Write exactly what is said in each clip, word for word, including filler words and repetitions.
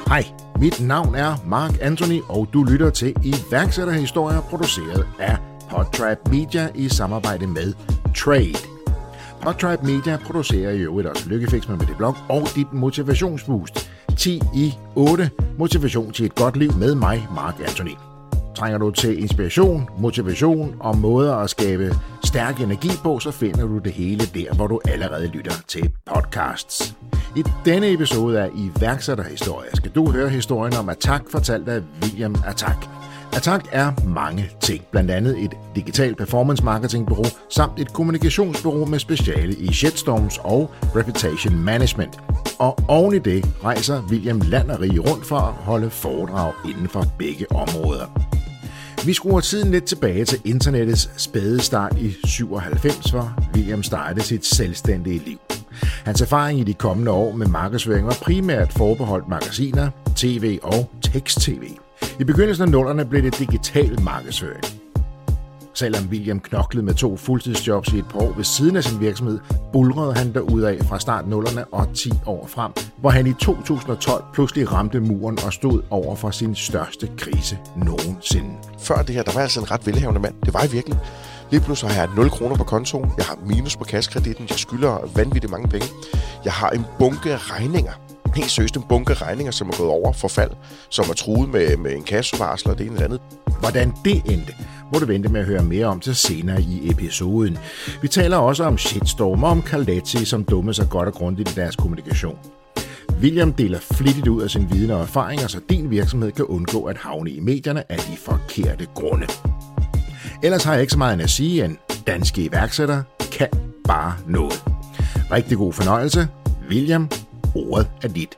Hej, mit navn er Mark Anthony, og du lytter til iværksætterhistorier produceret af Podtribe Media i samarbejde med Trade. Podtribe Media producerer i øvrigt også Lykkefix med det blog og dit motivationsboost. ti i otte motivation til et godt liv med mig, Mark Anthony. Trænger du til inspiration, motivation og måder at skabe stærk energi på, så finder du det hele der, hvor du allerede lytter til podcasts. I denne episode af iværksætterhistorier skal du høre historien om Attack, fortalt af William Attack. Attack er mange ting, blandt andet et digitalt performance marketingbureau samt et kommunikationsbureau med speciale i shitstorms og reputation management. Og oven i det rejser William land og rige rundt for at holde foredrag inden for begge områder. Vi skruer tiden lidt tilbage til internettets spæde start i syvoghalvfems, hvor William startede sit selvstændige liv. Hans erfaring i de kommende år med markedsføring var primært forbeholdt magasiner, tv og tekst-tv. I begyndelsen af nullerne blev det digital markedsføring. Selvom William knoklede med to fuldtidsjobs i et par år ved siden af sin virksomhed, bulrede han derudad fra start nullerne og ti år frem, hvor han i to tusind og tolv pludselig ramte muren og stod over for sin største krise nogensinde. Før det her, der var jeg altså en ret velhavende mand. Det var jeg virkelig. Lige pludselig har jeg nul kroner på kontoen. Jeg har minus på kassekreditten. Jeg skylder vanvittigt mange penge. Jeg har en bunke regninger. Helt seriøst en bunke regninger, som er gået over forfald, som er truet med, med en kassevarsel og det ene eller andet. Hvordan det endte, må du vente med at høre mere om til senere i episoden. Vi taler også om shitstorm og om Carletti, som dummede sig godt og grundigt i deres kommunikation. William deler flittigt ud af sin viden og erfaringer, så din virksomhed kan undgå at havne i medierne af de forkerte grunde. Ellers har jeg ikke så meget at sige, end danske iværksættere kan bare noget. Rigtig god fornøjelse. William, ordet er dit.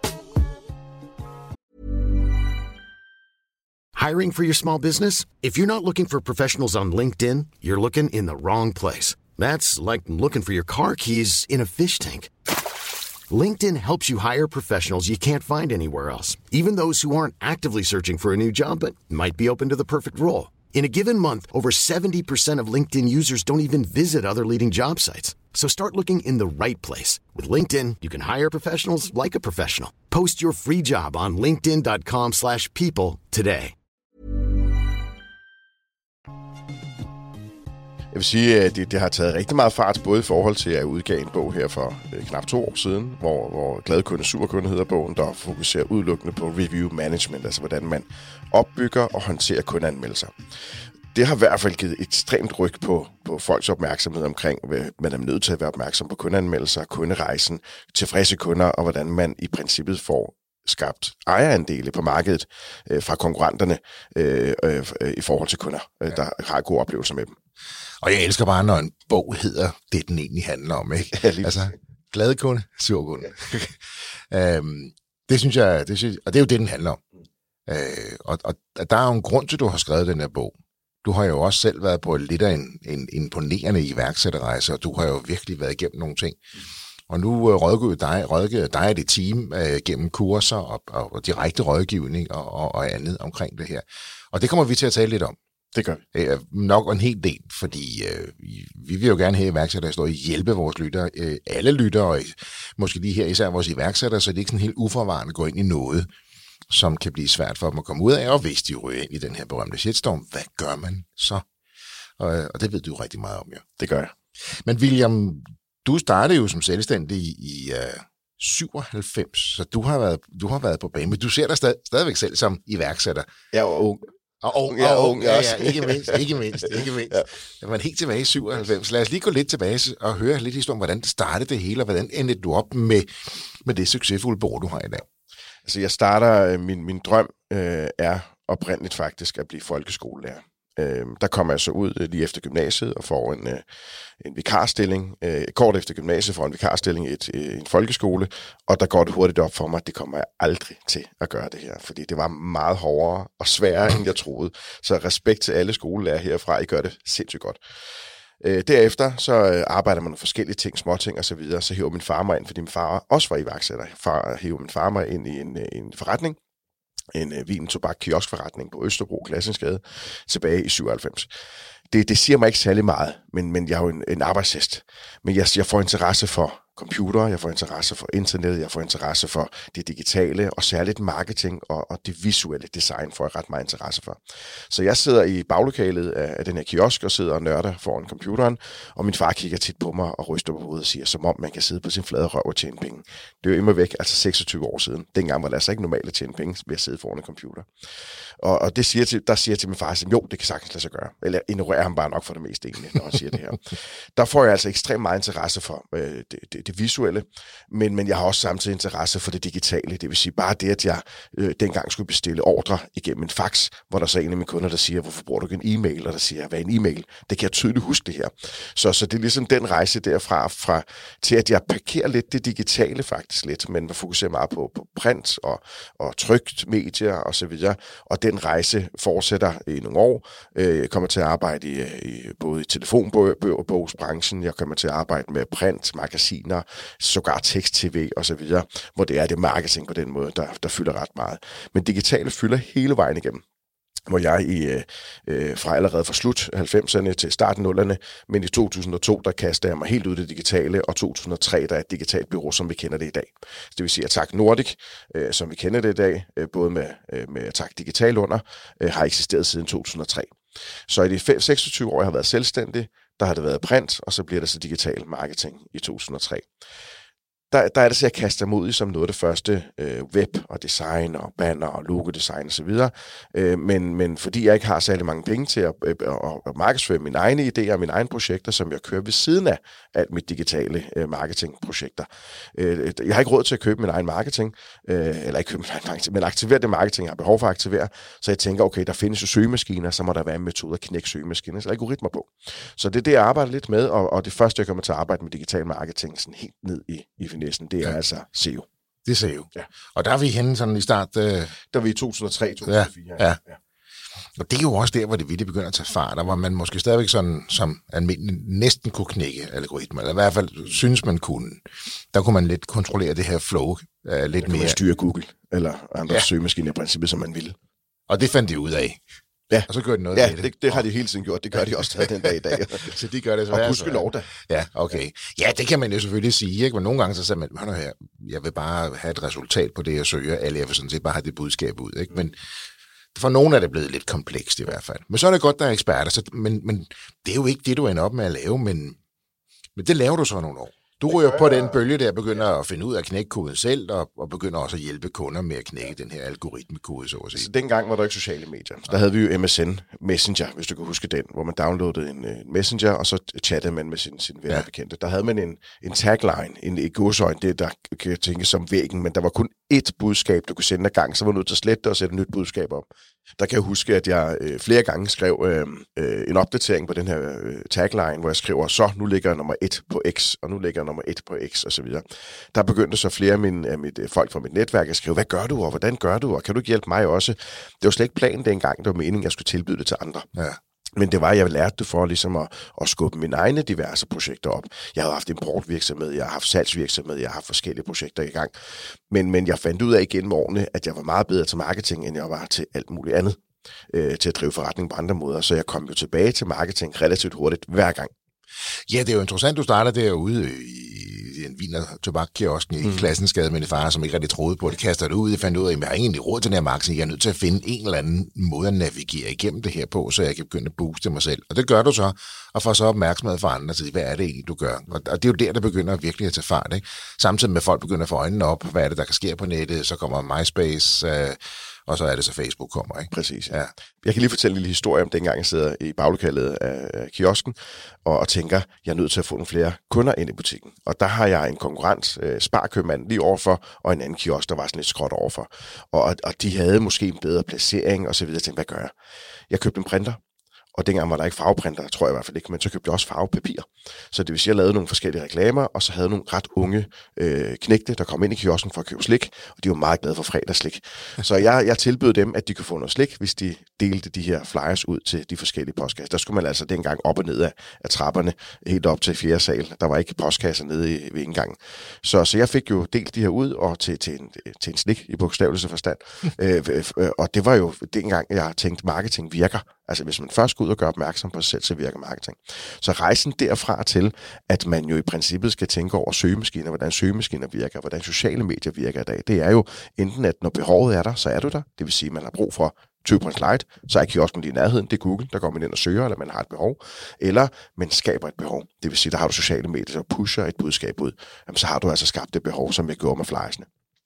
Hiring for your small business? If you're not looking for professionals on LinkedIn, you're looking in the wrong place. That's like looking for your car keys in a fish tank. LinkedIn helps you hire professionals you can't find anywhere else, even those who aren't actively searching for a new job but might be open to the perfect role. In a given month, over seventy percent of LinkedIn users don't even visit other leading job sites. So start looking in the right place. With LinkedIn, you can hire professionals like a professional. Post your free job on linkedin dot com slash people today. Jeg vil sige, at det, det har taget rigtig meget fart, både i forhold til at udgive en bog her for øh, knap to år siden, hvor, hvor Gladkunde Superkunde hedder bogen, der fokuserer udelukkende på review management, altså hvordan man opbygger og håndterer kundeanmeldelser. Det har i hvert fald givet ekstremt ryg på, på folks opmærksomhed omkring, hvad man er nødt til at være opmærksom på kundeanmeldelser, kunderejsen, tilfredse kunder, og hvordan man i princippet får skabt ejerandele på markedet øh, fra konkurrenterne øh, øh, i forhold til kunder, øh, der har gode oplevelser med dem. Og jeg elsker bare, når en bog hedder det, den egentlig handler om, ikke? Ja, lige. Altså, glade kunde, sur kunde. Ja. øhm, det synes jeg, det synes, og det er jo det, den handler om. Øh, og, og der er jo en grund til, at du har skrevet den her bog. Du har jo også selv været på lidt af en, en imponerende iværksætterrejse, og du har jo virkelig været igennem nogle ting. Og nu rådgiver dig, rådgiver dig og dit team øh, gennem kurser og, og, og direkte rådgivning og, og, og andet omkring det her. Og det kommer vi til at tale lidt om. Det gør vi. Øh, nok en hel del, fordi øh, vi vil jo gerne have iværksættere, der står og hjælpe vores lyttere, øh, alle lyttere, og måske lige her især vores iværksættere, så det ikke sådan helt uforvarende går ind i noget, som kan blive svært for dem at komme ud af, og hvis de ryger ind i den her berømte shitstorm, hvad gør man så? Og, og det ved du rigtig meget om, jo. Det gør jeg. Men William, du startede jo som selvstændig i, i uh, syvoghalvfems, så du har været, du har været på banen, men du ser dig stad, stadigvæk selv som iværksætter. Jeg er ung. Og ung, jeg er og ung, ja, også. ja, ikke mindst, ikke mindst, ikke mindst. Ja. Men helt tilbage i syvoghalvfems. Lad os lige gå lidt tilbage og høre lidt historie om, hvordan det startede det hele, og hvordan endte du op med, med det succesfulde bureau, du har i dag? Altså, jeg starter, min, min drøm øh, er oprindeligt faktisk at blive folkeskolelærer. Øh, der kommer jeg så ud øh, lige efter gymnasiet og får en, øh, en vikarstilling. Øh, kort efter gymnasiet får en vikarstilling i et, øh, en folkeskole, og der går det hurtigt op for mig, at det kommer jeg aldrig til at gøre det her, fordi det var meget hårdere og sværere, end jeg troede. Så respekt til alle skolelærer herfra, I gør det sindssygt godt. Øh, derefter så øh, arbejder man med forskellige ting, småting og så videre. Så hiver min far mig ind, fordi min far også var iværksætter. Far hiver min far mig ind i en, en forretning, en uh, vin, tobak, kioskforretning på Østerbro, Classensgade, tilbage i syvoghalvfems. Det, det siger mig ikke særlig meget, men, men jeg er jo en, en arbejdshest. Men jeg, jeg får interesse for computere, jeg får interesse for internet, jeg får interesse for det digitale, og særligt marketing og, og det visuelle design får jeg ret meget interesse for. Så jeg sidder i baglokalet af, af den her kiosk og sidder og nørder foran computeren, og min far kigger tit på mig og ryster på hovedet og siger, som om man kan sidde på sin flade røv og tjene penge. Det er jo immer væk, altså seksogtyve år siden. Dengang var det altså ikke normalt at tjene penge ved at sidde foran en computer. Og, og det siger til, der siger til min far, jo, det kan sagtens lade sig gøre. Eller ignorerer ham bare nok for det meste egentlig, når han siger det her. Der får jeg altså ekstremt meget interesse for øh, det, det, det visuelle, men, men jeg har også samtidig interesse for det digitale. Det vil sige bare det, at jeg øh, dengang skulle bestille ordre igennem en fax, hvor der så er en af mine kunder, der siger, hvorfor bruger du ikke en e-mail? Og der siger, hvad er en e-mail? Det kan jeg tydeligt huske det her. Så, så det er ligesom den rejse derfra fra, til, at jeg parkerer lidt det digitale faktisk lidt, men man fokuserer meget på, på print og, og trykt medier og så videre. Og den rejse fortsætter i nogle år. Jeg kommer til at arbejde i, i både i telefonbogsbranchen, jeg kommer til at arbejde med print, magasiner, sågar tekst-tv og så videre, hvor det er det marketing på den måde, der, der fylder ret meget. Men digitale fylder hele vejen igennem, hvor jeg i, øh, fra allerede fra slut halvfemserne til starten nullerne, men i to tusind og to, der kaster jeg mig helt ud i det digitale, og to tusind og tre, der er et digitalt bureau, som vi kender det i dag. Så det vil sige, at Attack Nordic, øh, som vi kender det i dag, øh, både med, øh, med Attack Digital under, øh, har eksisteret siden to tusind og tre. Så i de seksogtyve år, jeg har været selvstændig, der har det været print, og så bliver det så digital marketing i to tusind og tre. Der, der er det så, jeg kaster mig ud i som noget af det første øh, web og design og banner og logodesign osv. Øh, men, men fordi jeg ikke har særlig mange penge til at, øh, at, at markedsføre mine egne idéer og mine egne projekter, som jeg kører ved siden af alt mit digitale øh, marketingprojekter. Øh, jeg har ikke råd til at købe min egen marketing, øh, eller ikke købe min egen marketing, men aktivere det marketing, jeg har behov for at aktivere. Så jeg tænker, okay, der findes jo søgemaskiner, så må der være en metode at knække søgemaskiner, så algoritmer på. Så det er det, jeg arbejder lidt med, og, og det første, jeg kommer til at arbejde med digital marketing, sådan helt ned i, i næsten, det er ja. altså S E O. Det er S E O. Ja. Og der er vi henne sådan i start... Øh... Der er vi i to tusind og tre til to tusind og fire. Ja, ja. ja. Og det er jo også der, hvor det virkelig begynder at tage fart, og hvor man måske stadigvæk sådan, som almindelig næsten kunne knække algoritmer, eller i hvert fald synes, man kunne. Der kunne man lidt kontrollere det her flow uh, lidt mere. Man styre Google, eller andre ja. søgemaskiner i princippet, som man ville. Og det fandt de ud af. Ja, og så gør de noget ja, med det. det, det har de hele tiden gjort. Det gør de også den dag i dag. Så de gør det så. Og husk lov da. Ja, okay. Ja, det kan man jo selvfølgelig sige, ikke? Men nogle gange så siger man, hør her, jeg vil bare have et resultat på det, jeg søger. Alle jeg vil sådan set bare have det budskab ud, ikke? Men for nogen er det blevet lidt komplekst i hvert fald. Men så er det godt, der er eksperter. Så, men, men det er jo ikke det, du ender op med at lave, men, men det laver du så nogle år. Du ryger på den bølge, der begynder at finde ud af at knække koden selv, og, og begynder også at hjælpe kunder med at knække den her algoritmekode, så at sige. Så dengang var der ikke sociale medier. Så der havde vi jo M S N Messenger, hvis du kan huske den, hvor man downloadede en, en messenger, og så chattede man med sin, sin venner og bekendte. Der havde man en, en tagline, en, et godsøjne, det der kan tænkes som væggen, men der var kun ét budskab, du kunne sende ad gang, så var du nødt til at slette og sætte et nyt budskab op. Der kan jeg huske, at jeg øh, flere gange skrev øh, øh, en opdatering på den her øh, tagline, hvor jeg skriver, så nu ligger nummer et på X, og nu ligger nummer et på X, og så videre. Der begyndte så flere af, mine, af mit, folk fra mit netværk at skrive, hvad gør du, og hvordan gør du, og kan du ikke hjælpe mig også? Det var slet ikke planen dengang, det var meningen, jeg skulle tilbyde det til andre. Ja. Men det var, at jeg lærte det for ligesom at, at skubbe mine egne diverse projekter op. Jeg har haft importvirksomhed, jeg har haft salgsvirksomhed, jeg har haft forskellige projekter i gang. Men, men jeg fandt ud af igen med årene, at jeg var meget bedre til marketing, end jeg var til alt muligt andet. Øh, til at drive forretning på andre måder. Så jeg kom jo tilbage til marketing relativt hurtigt hver gang. Ja, det er jo interessant, du starter derude i en vin- og tobakkiosken i mm. Klassensgade med din far, som ikke rigtig troede på det, kaster det ud. Jeg fandt ud af, at jeg har egentlig råd til den her marketing. Jeg er nødt til at finde en eller anden måde at navigere igennem det her på, så jeg kan begynde at booste mig selv. Og det gør du så, og får så opmærksomhed for andre til, hvad er det egentlig, du gør? Og det er jo der, der begynder virkelig at tage fart, ikke? Samtidig med, at folk begynder at få øjnene op. Hvad er det, der kan ske på nettet? Så kommer MySpace, øh, og så er det så Facebook kommer, ikke? Præcis, ja. Jeg kan lige fortælle en lille historie om dengang, jeg sidder i baglokalet af kiosken, og, og tænker, jeg er nødt til at få nogle flere kunder ind i butikken. Og der har jeg en konkurrent, øh, Sparkøbmand, lige overfor, og en anden kiosk, der var sådan lidt skråt overfor. Og, og de havde måske en bedre placering, og så videre. Jeg tænkte, hvad gør jeg? Jeg købte en printer. Og dengang var der ikke farveprinter, tror jeg i hvert fald ikke, men så købte jeg også farvepapir. Så det vil sige, at jeg lavede nogle forskellige reklamer, og så havde nogle ret unge øh, knægte, der kom ind i kiosken for at købe slik, og de var meget glade for fredagsslik. Så jeg, jeg tilbød dem, at de kunne få noget slik, hvis de delte de her flyers ud til de forskellige postkasser. Der skulle man altså dengang op og ned af, af trapperne, helt op til fjerde sal. Der var ikke postkasser nede i, ved indgangen. Så, så jeg fik jo delt de her ud og til, til, en, til en slik i bogstavelse forstand. øh, øh, og det var jo dengang, jeg tænkte, marketing virker. Altså hvis man først går ud og gør opmærksom på sig selv, så virker marketing. Så rejsen derfra til, at man jo i princippet skal tænke over søgemaskiner, hvordan søgemaskiner virker, hvordan sociale medier virker i dag, det er jo enten, at når behovet er der, så er du der. Det vil sige, at man har brug for tyve points light, så er kiosken lige i nærheden, det er Google, der går man ind og søger, eller man har et behov, eller man skaber et behov. Det vil sige, der har du sociale medier, der pusher et budskab ud. Jamen, så har du altså skabt det behov, som jeg gjorde med flyersene.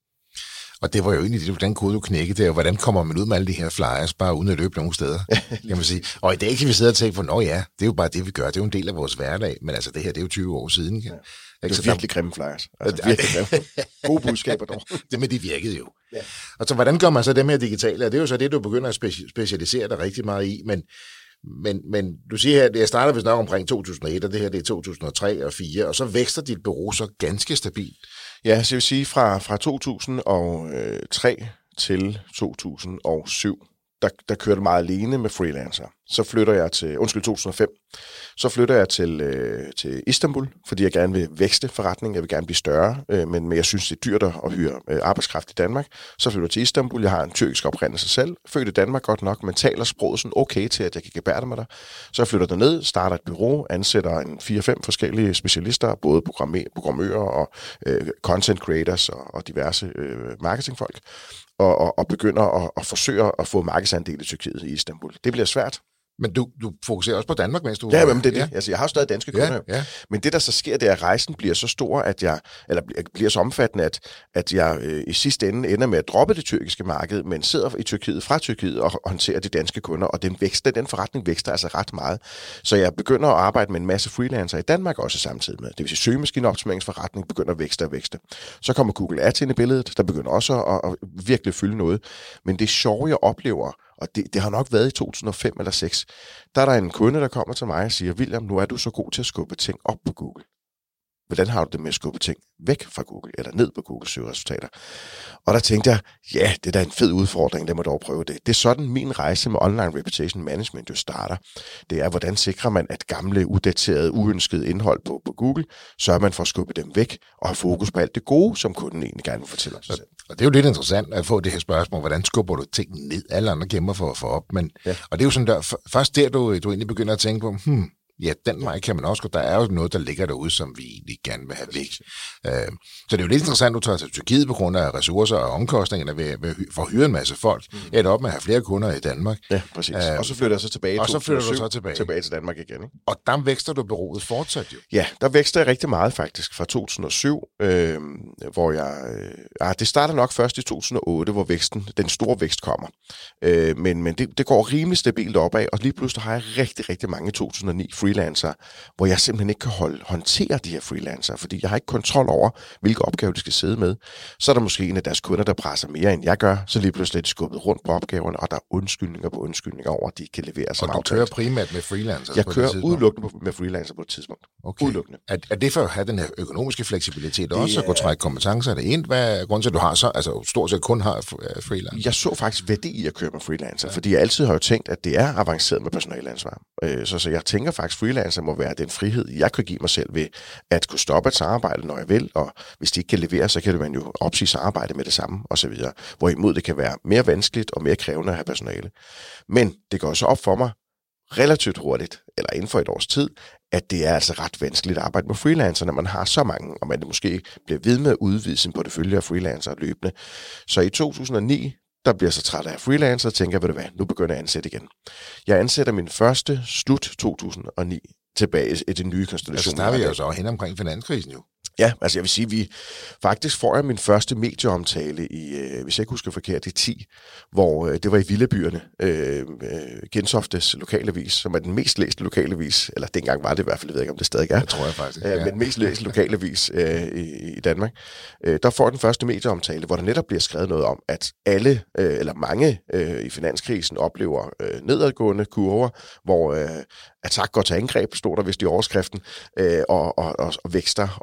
Og det var jo egentlig det, den kode, du knækkede der. Hvordan kommer man ud med alle de her flyers, bare uden at løbe nogen steder, kan man sige. Og i dag kan vi sidde og tænke på, nå ja, det er jo bare det, vi gør. Det er jo en del af vores hverdag. Men altså, det her, det er jo tyve år siden. Ja. Det er virkelig grimme flyers. Altså, virkelig grimme. Gode budskaber dog. Det med, de virkede jo. Ja. Og så hvordan gør man så dem her digitale? Og det er jo så det, du begynder at speci- specialisere dig rigtig meget i. Men, men, men du siger her, at jeg starter vist nok omkring to tusind og et, og det her det er to tusind og tre og fire, og så vækster dit bureau så ganske stabilt. Ja, så jeg vil sige, fra, fra to tusind og tre til to tusind og syv, der, der kørte meget alene med freelancer. Så flytter jeg til, undskyld, to tusind og fem, så flytter jeg til, øh, til Istanbul, fordi jeg gerne vil vækste forretningen, jeg vil gerne blive større, øh, men, men jeg synes, det er dyrt at hyre øh, arbejdskraft i Danmark. Så flytter jeg til Istanbul, jeg har en tyrkisk oprindelse selv, født i Danmark godt nok, men taler sproget sådan okay til, at jeg kan gebærde mig der. Så jeg flytter derned, starter et bureau, ansætter en fire fem forskellige specialister, både programmører og øh, content creators og, og diverse øh, marketingfolk, og, og, og begynder at, at forsøge at få markedsandel i Tyrkiet i Istanbul. Det bliver svært. Men du, du fokuserer også på Danmark, mens du... Ja, men det er det. Ja. Altså, jeg har jo stadig danske kunder. Ja, ja. Men det, der så sker, det er, at rejsen bliver så stor, at jeg, eller bliver så omfattende, at, at jeg øh, i sidste ende ender med at droppe det tyrkiske marked, men sidder i Tyrkiet, fra Tyrkiet og håndterer de danske kunder, og den, vækster, den forretning vækster altså ret meget. Så jeg begynder at arbejde med en masse freelancer i Danmark også samtidig med. Det vil sige, søgemaskineoptimeringsforretning begynder at vækste og vækste. Så kommer Google Ads ind i billedet, der begynder også at, at virkelig fylde noget. Men det sjove, jeg oplever, og det, det har nok været i to tusind og fem eller seks, der er der en kunde, der kommer til mig og siger, William, nu er du så god til at skubbe ting op på Google. Hvordan har du det med at skubbe ting væk fra Google, eller ned på Googles søgeresultater? Og der tænkte jeg, ja, det er da en fed udfordring, lad mig dog prøve det. Det er sådan, min rejse med online reputation management jo starter. Det er, hvordan sikrer man, at gamle, udaterede, uønskede indhold på, på Google, sørger man for at skubbe dem væk, og have fokus på alt det gode, som kunden egentlig gerne vil fortælle os. Og det er jo lidt interessant at få det her spørgsmål, hvordan skubber du ting ned? Alle andre kæmper for at få op, men, ja. Og det er jo sådan der, først der, du, du egentlig begynder at tænke på, hmm, ja, den vej kan man også gå. Der er jo noget, der ligger derude, som vi egentlig gerne vil have væk. Øh, så det er jo lidt interessant, at du tager til Tyrkiet på grund af ressourcer og omkostninger ved, ved, for at hyre en masse folk. Mm. Jeg er op med at have flere kunder i Danmark. Ja, præcis. Øh, og så flytter jeg så tilbage, og så flytter du så tilbage. tilbage til Danmark igen. Ikke? Og der vækster du bureauet fortsat jo. Ja, der vækster jeg rigtig meget faktisk fra to tusind og syv, øh, hvor jeg... Øh, det starter nok først i to tusind og otte, hvor væksten, den store vækst kommer. Øh, men men det, det går rimelig stabilt opad, og lige pludselig har jeg rigtig, rigtig mange i to tusind og ni freelancer, hvor jeg simpelthen ikke kan holde, håndtere de her freelancer, fordi jeg har ikke kontrol over, hvilke opgaver de skal sidde med. Så er der måske en af deres kunder, der presser mere, end jeg gør, så lige pludselig er de skubbet rundt på opgaverne, og der er undskyldninger på undskyldninger over, at de ikke kan levere sig. Og du kører primært med freelancer? Jeg kører udelukkende med freelancer på et tidspunkt. Okay. Udelukkende. Er, er det for at have den her økonomiske fleksibilitet det også, at kunne trække kompetencer? Er det en, hvad er grunden til, at du har så, altså stort set kun har freelancer? Jeg så faktisk værdi i at køre med freelancer, ja. Fordi jeg altid har jo tænkt, at det er avanceret med personalansvar. Så, så jeg tænker faktisk, at freelancer må være den frihed, jeg kan give mig selv ved at kunne stoppe et samarbejde, når jeg vil, og hvis de ikke kan levere, så kan man jo opsige samarbejde med det samme, osv. Hvorimod det kan være mere vanskeligt og mere krævende at have personale. Men det går så op for mig relativt hurtigt, eller inden for et års tid, at det er altså ret vanskeligt at arbejde med freelancer, når man har så mange, og man måske bliver ved med at udvide sin portefølje af freelancer løbende. Så i to tusind og ni, der bliver jeg så træt af freelancer, og tænker, ved du hvad, nu begynder jeg at ansætte igen. Jeg ansætter min første slut to tusind og ni tilbage i den nye konstellation. Altså, der er vi jo så hen omkring finanskrisen jo. Ja, altså jeg vil sige, vi faktisk får jeg min første medieomtale i, øh, hvis jeg ikke husker forkert, i ti, hvor øh, det var i Villabyerne, øh, øh, Gentoftes lokalavis, som er den mest læste lokalavis, eller dengang var det i hvert fald, jeg ved ikke, om det stadig er. Det tror jeg faktisk. Øh, ja. Men mest læste lokalavis øh, i, i Danmark. Øh, der får den første medieomtale, hvor der netop bliver skrevet noget om, at alle, øh, eller mange øh, i finanskrisen oplever øh, nedadgående kurver, hvor øh, attack går til angreb, stod der vist i overskriften, øh, og, og, og, og vækster og ansætter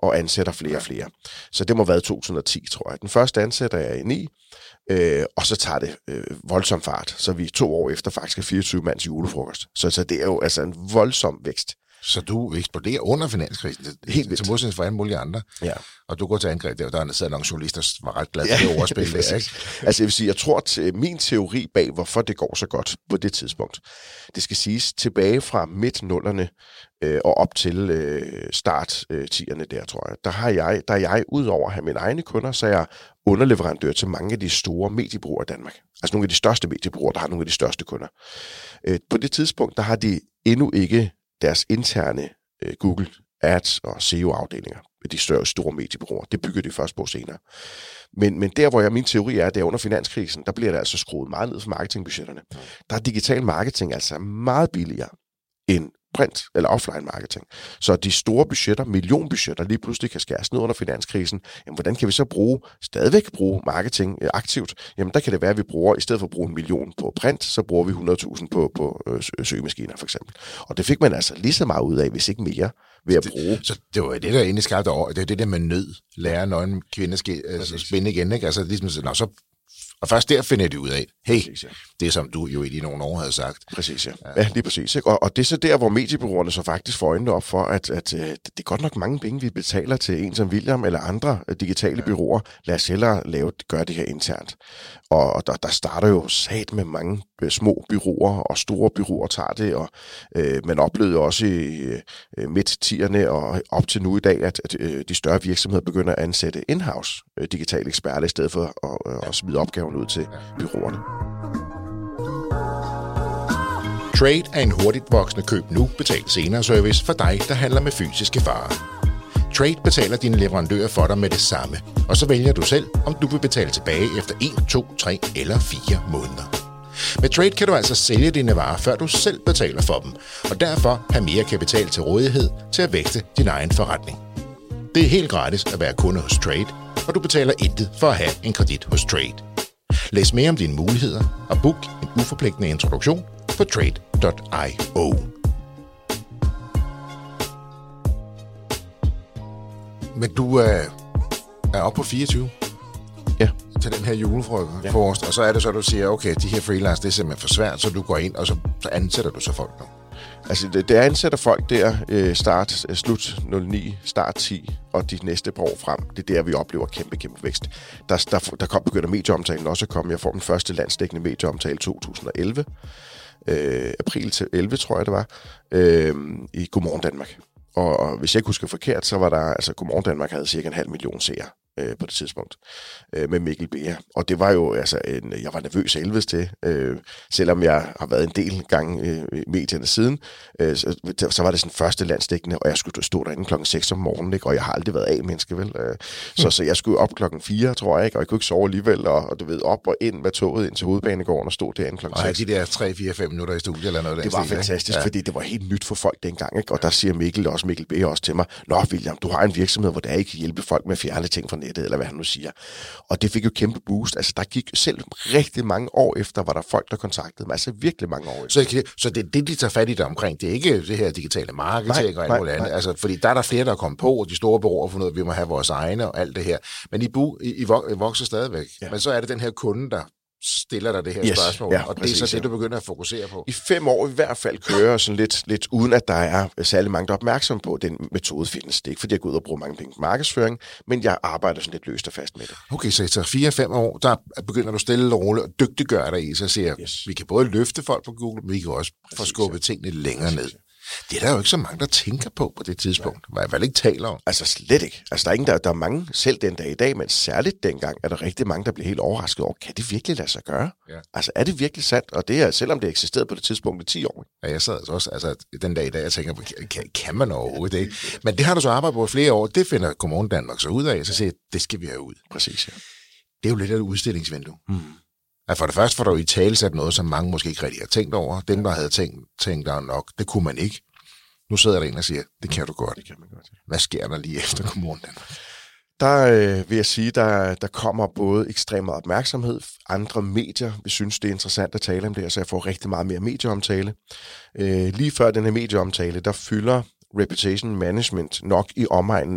ansætter flere og flere. Så det må have været to tusind og ti, tror jeg. Den første ansætter jeg i ni, øh, og så tager det øh, voldsom fart. Så vi to år efter faktisk er fireogtyve mands julefrokost. Så, så det er jo altså en voldsom vækst. Så du eksploderer under finanskrisen, helt til, til modsætning for alle mulige andre, ja. Og du går til angreb der, og der er sidder nogle journalister, der var ret glade for det overspil. Der, ikke? Altså jeg vil sige, jeg tror, at min teori bag, hvorfor det går så godt på det tidspunkt, det skal siges tilbage fra midt-nullerne øh, og op til øh, start øh, tierne der, tror jeg. Der har jeg, der er jeg, udover at have mine egne kunder, så er jeg underleverandør til mange af de store mediebrugere i Danmark. Altså nogle af de største mediebrugere, der har nogle af de største kunder. Øh, på det tidspunkt, der har de endnu ikke deres interne øh, Google Ads og S E O-afdelinger, de større store mediebrugere. Det bygger de først på senere. Men, men der, hvor jeg, min teori er, det er under finanskrisen, der bliver det altså skruet meget ned for marketingbudgetterne. Der er digital marketing altså meget billigere end print eller offline marketing. Så de store budgetter, millionbudgetter, lige pludselig kan skæres ned under finanskrisen. Jamen, hvordan kan vi så bruge, stadigvæk bruge marketing øh, aktivt? Jamen, der kan det være, at vi bruger, i stedet for at bruge en million på print, så bruger vi hundrede tusind på, på øh, søgemaskiner, for eksempel. Og det fik man altså lige så meget ud af, hvis ikke mere, ved at bruge. Så det var det, der egentlig skabte over. Det er det der med nød. Lære nøgen kvinder ske, altså, spænde igen, ikke? Altså, ligesom, nå, så og først der finder de ud af, hey, præcis, ja. Det som du jo i nogle år havde sagt. Præcis, ja. Ja, lige præcis. Ikke? Og, og det er så der, hvor mediebureauerne så faktisk får øjnene op for, at, at, at det er godt nok mange penge, vi betaler til en som William eller andre digitale ja. bureauer. Lad os hellere lave, gøre det her internt. Og der, der starter jo sat med mange små bureauer, og store bureauer tager det, og øh, man oplevede også i øh, midt-tierne og op til nu i dag, at, at øh, de større virksomheder begynder at ansætte in-house øh, digitale eksperter, i stedet for at, øh, at smide opgaven ud til bureauerne. Trade er en hurtigt voksende køb nu, betal senere service for dig, der handler med fysiske varer. Trade betaler dine leverandører for dig med det samme, og så vælger du selv, om du vil betale tilbage efter en, to, tre eller fire måneder. Med Trade kan du altså sælge dine varer, før du selv betaler for dem, og derfor have mere kapital til rådighed til at vækste din egen forretning. Det er helt gratis at være kunde hos Trade, og du betaler intet for at have en kredit hos Trade. Læs mere om dine muligheder og book en uforpligtende introduktion på trade punktum i o. Men du er, er oppe på fireogtyve? Ja. Til den her julefrokost, ja. Og så er det så, at du siger, okay, de her freelance, det er simpelthen for svært, så du går ind, og så, så ansætter du så folk nu. Altså, det, det ansætter folk der, øh, start, øh, slut nul ni, start ti, og de næste par år frem. Det er der, vi oplever kæmpe, kæmpe vækst. Der, der, der kom, begynder medieomtalen også at komme. Jeg får den første landsdækkende medieomtale to tusind og elleve. Øh, april til elleve, tror jeg det var, øh, i Godmorgen Danmark. Og, og hvis jeg ikke husker forkert, så var der, altså Godmorgen Danmark havde cirka en halv million seere øh, på det tidspunkt, øh, med Mikkel Beer. Og det var jo, altså, en, jeg var nervøs helvedes til, øh, selvom jeg har været en del gang øh, i medierne siden, øh, så, så var det sådan første landsdækkende, og jeg skulle stå derinde klokken seks om morgenen, ikke? Og jeg har aldrig været A-menneske, vel? Øh, så, mm. så jeg skulle op klokken fire, tror jeg, ikke? Og jeg kunne ikke sove alligevel, og, og du ved, op og ind med toget ind til hovedbanegården og stod derinde klokken seks. Og de der tre, fire, fem minutter i studiet eller noget. Det var stil, fantastisk, ja. Fordi det var helt nyt for folk dengang, ikke? Og der siger Mikkel også, Mikkel Beer også til mig, nå William, du har en virksomhed, hvor der ikke kan hjælpe folk med at fjerne ting fra nettet, eller hvad han nu siger. Og det fik jo kæmpe boost. Altså, der gik selv rigtig mange år efter, var der folk, der kontaktede mig. Altså, virkelig mange år efter. Så, så det er det, de tager fat i dig omkring. Det er ikke det her digitale marketing nej, og alt muligt andet. Altså, fordi der er der flere, der er kommet på, og de store bureauer for noget, vi må have vores egne og alt det her. Men I, bu, I, I vokser stadigvæk. Ja. Men så er det den her kunde, der stiller dig det her yes, spørgsmål, ja, og præcis, det er så det, du begynder at fokusere på. I fem år i hvert fald kører sådan lidt, lidt uden at der er særlig mange, der er opmærksom på, at den metode findes. Det er ikke, fordi jeg går ud og bruger mange penge på markedsføring, men jeg arbejder sådan lidt løst og fast med det. Okay, så efter fire-fem år, der begynder du stille og roligt og dygtiggøre dig i, så siger yes. vi kan både løfte folk på Google, men vi kan også få skubbet tingene længere præcis, ned. Det er der jo ikke så mange, der tænker på på det tidspunkt. Hvad jeg vel ikke taler om. Altså slet ikke. Altså der er, ingen, der, der er mange, selv den dag i dag, men særligt dengang, er der rigtig mange, der bliver helt overrasket over, kan det virkelig lade sig gøre? Ja. Altså er det virkelig sandt? Og det er, selvom det eksisterede på det tidspunkt i ti år. Ja, jeg sad også, altså den dag i dag, jeg tænker, kan, kan man overhovedet det? Men det har du så arbejdet på flere år, det finder Godmorgen Danmark så ud af, så siger det skal vi have ud. Præcis, ja. Det er jo lidt af et udstillingsvindue. Mm. Altså for det første får du i tale sat noget, som mange måske ikke rigtig har tænkt over. Dem, der havde tænkt, tænkt der nok, det kunne man ikke. Nu sidder der en og siger, det kan du godt. Det kan man godt. Hvad sker der lige efter Godmorgen Danmark? Der øh, vil jeg sige, der, der kommer både ekstremt meget opmærksomhed. Andre medier vil synes, det er interessant at tale om det, så jeg får rigtig meget mere medieomtale. Øh, lige før den her medieomtale, der fylder reputation management nok i omegnen af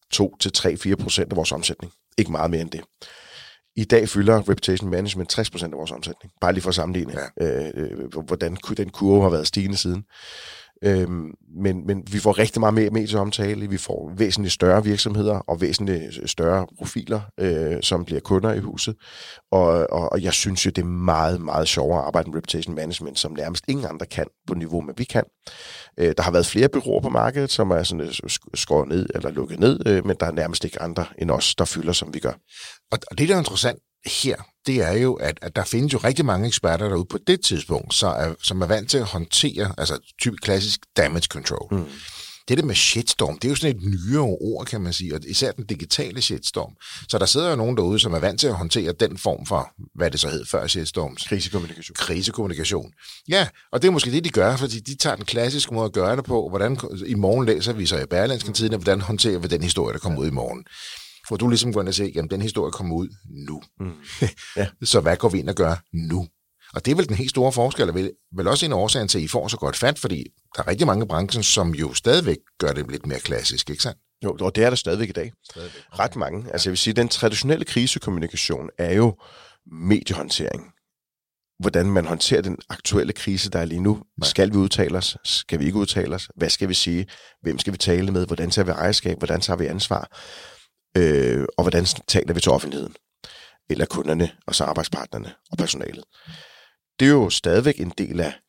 to til tre til fire procent af vores omsætning. Ikke meget mere end det. I dag fylder Reputation Management tres procent af vores omsætning. Bare lige for at sammenligne, ja. øh, hvordan den kurve har været stigende siden. Øhm, men, men vi får rigtig meget mere medieomtale, vi får væsentligt større virksomheder og væsentligt større profiler, øh, som bliver kunder i huset. Og, og, og jeg synes jo, det er meget, meget sjovere at arbejde med Reputation Management, som nærmest ingen andre kan på niveau, men vi kan. Øh, der har været flere bureauer på markedet, som er sådan skåret ned eller lukket ned, øh, men der er nærmest ikke andre end os, der fylder, som vi gør. Og, og det, der er interessant her, det er jo, at, at der findes jo rigtig mange eksperter derude på det tidspunkt, så er, som er vant til at håndtere, altså typisk klassisk damage control. Mm. Det der med shitstorm, det er jo sådan et nyere ord, kan man sige, og især den digitale shitstorm. Så der sidder jo nogen derude, som er vant til at håndtere den form for, hvad det så hed før shitstorms. Krisekommunikation. Krisekommunikation. Ja, og det er måske det, de gør, fordi de tager den klassiske måde at gøre det på. Hvordan, i morgen læser vi så i Berlingske Tidende, hvordan håndterer vi den historie, der kommer ud i morgen. For du ligesom går ind og siger, jamen den historie kommer ud nu. Mm. Ja. Så hvad går vi ind og gør nu? Og det er vel den helt store forskel, og vel, vel også en årsag til, at I får så godt fat, fordi der er rigtig mange i branchen, som jo stadigvæk gør det lidt mere klassisk, ikke sandt? Jo, og det er der stadigvæk i dag. Stadigvæk. Okay. Ret mange. Altså jeg vil sige, den traditionelle krisekommunikation er jo mediehåndtering. Hvordan man håndterer den aktuelle krise, der er lige nu. Nej. Skal vi udtale os? Skal vi ikke udtale os? Hvad skal vi sige? Hvem skal vi tale med? Hvordan tager vi ejerskab? Hvordan tager vi ansvar? Øh, og hvordan taler vi til offentligheden, eller kunderne, og så arbejdspartnerne og personalet. Det er jo stadigvæk en del af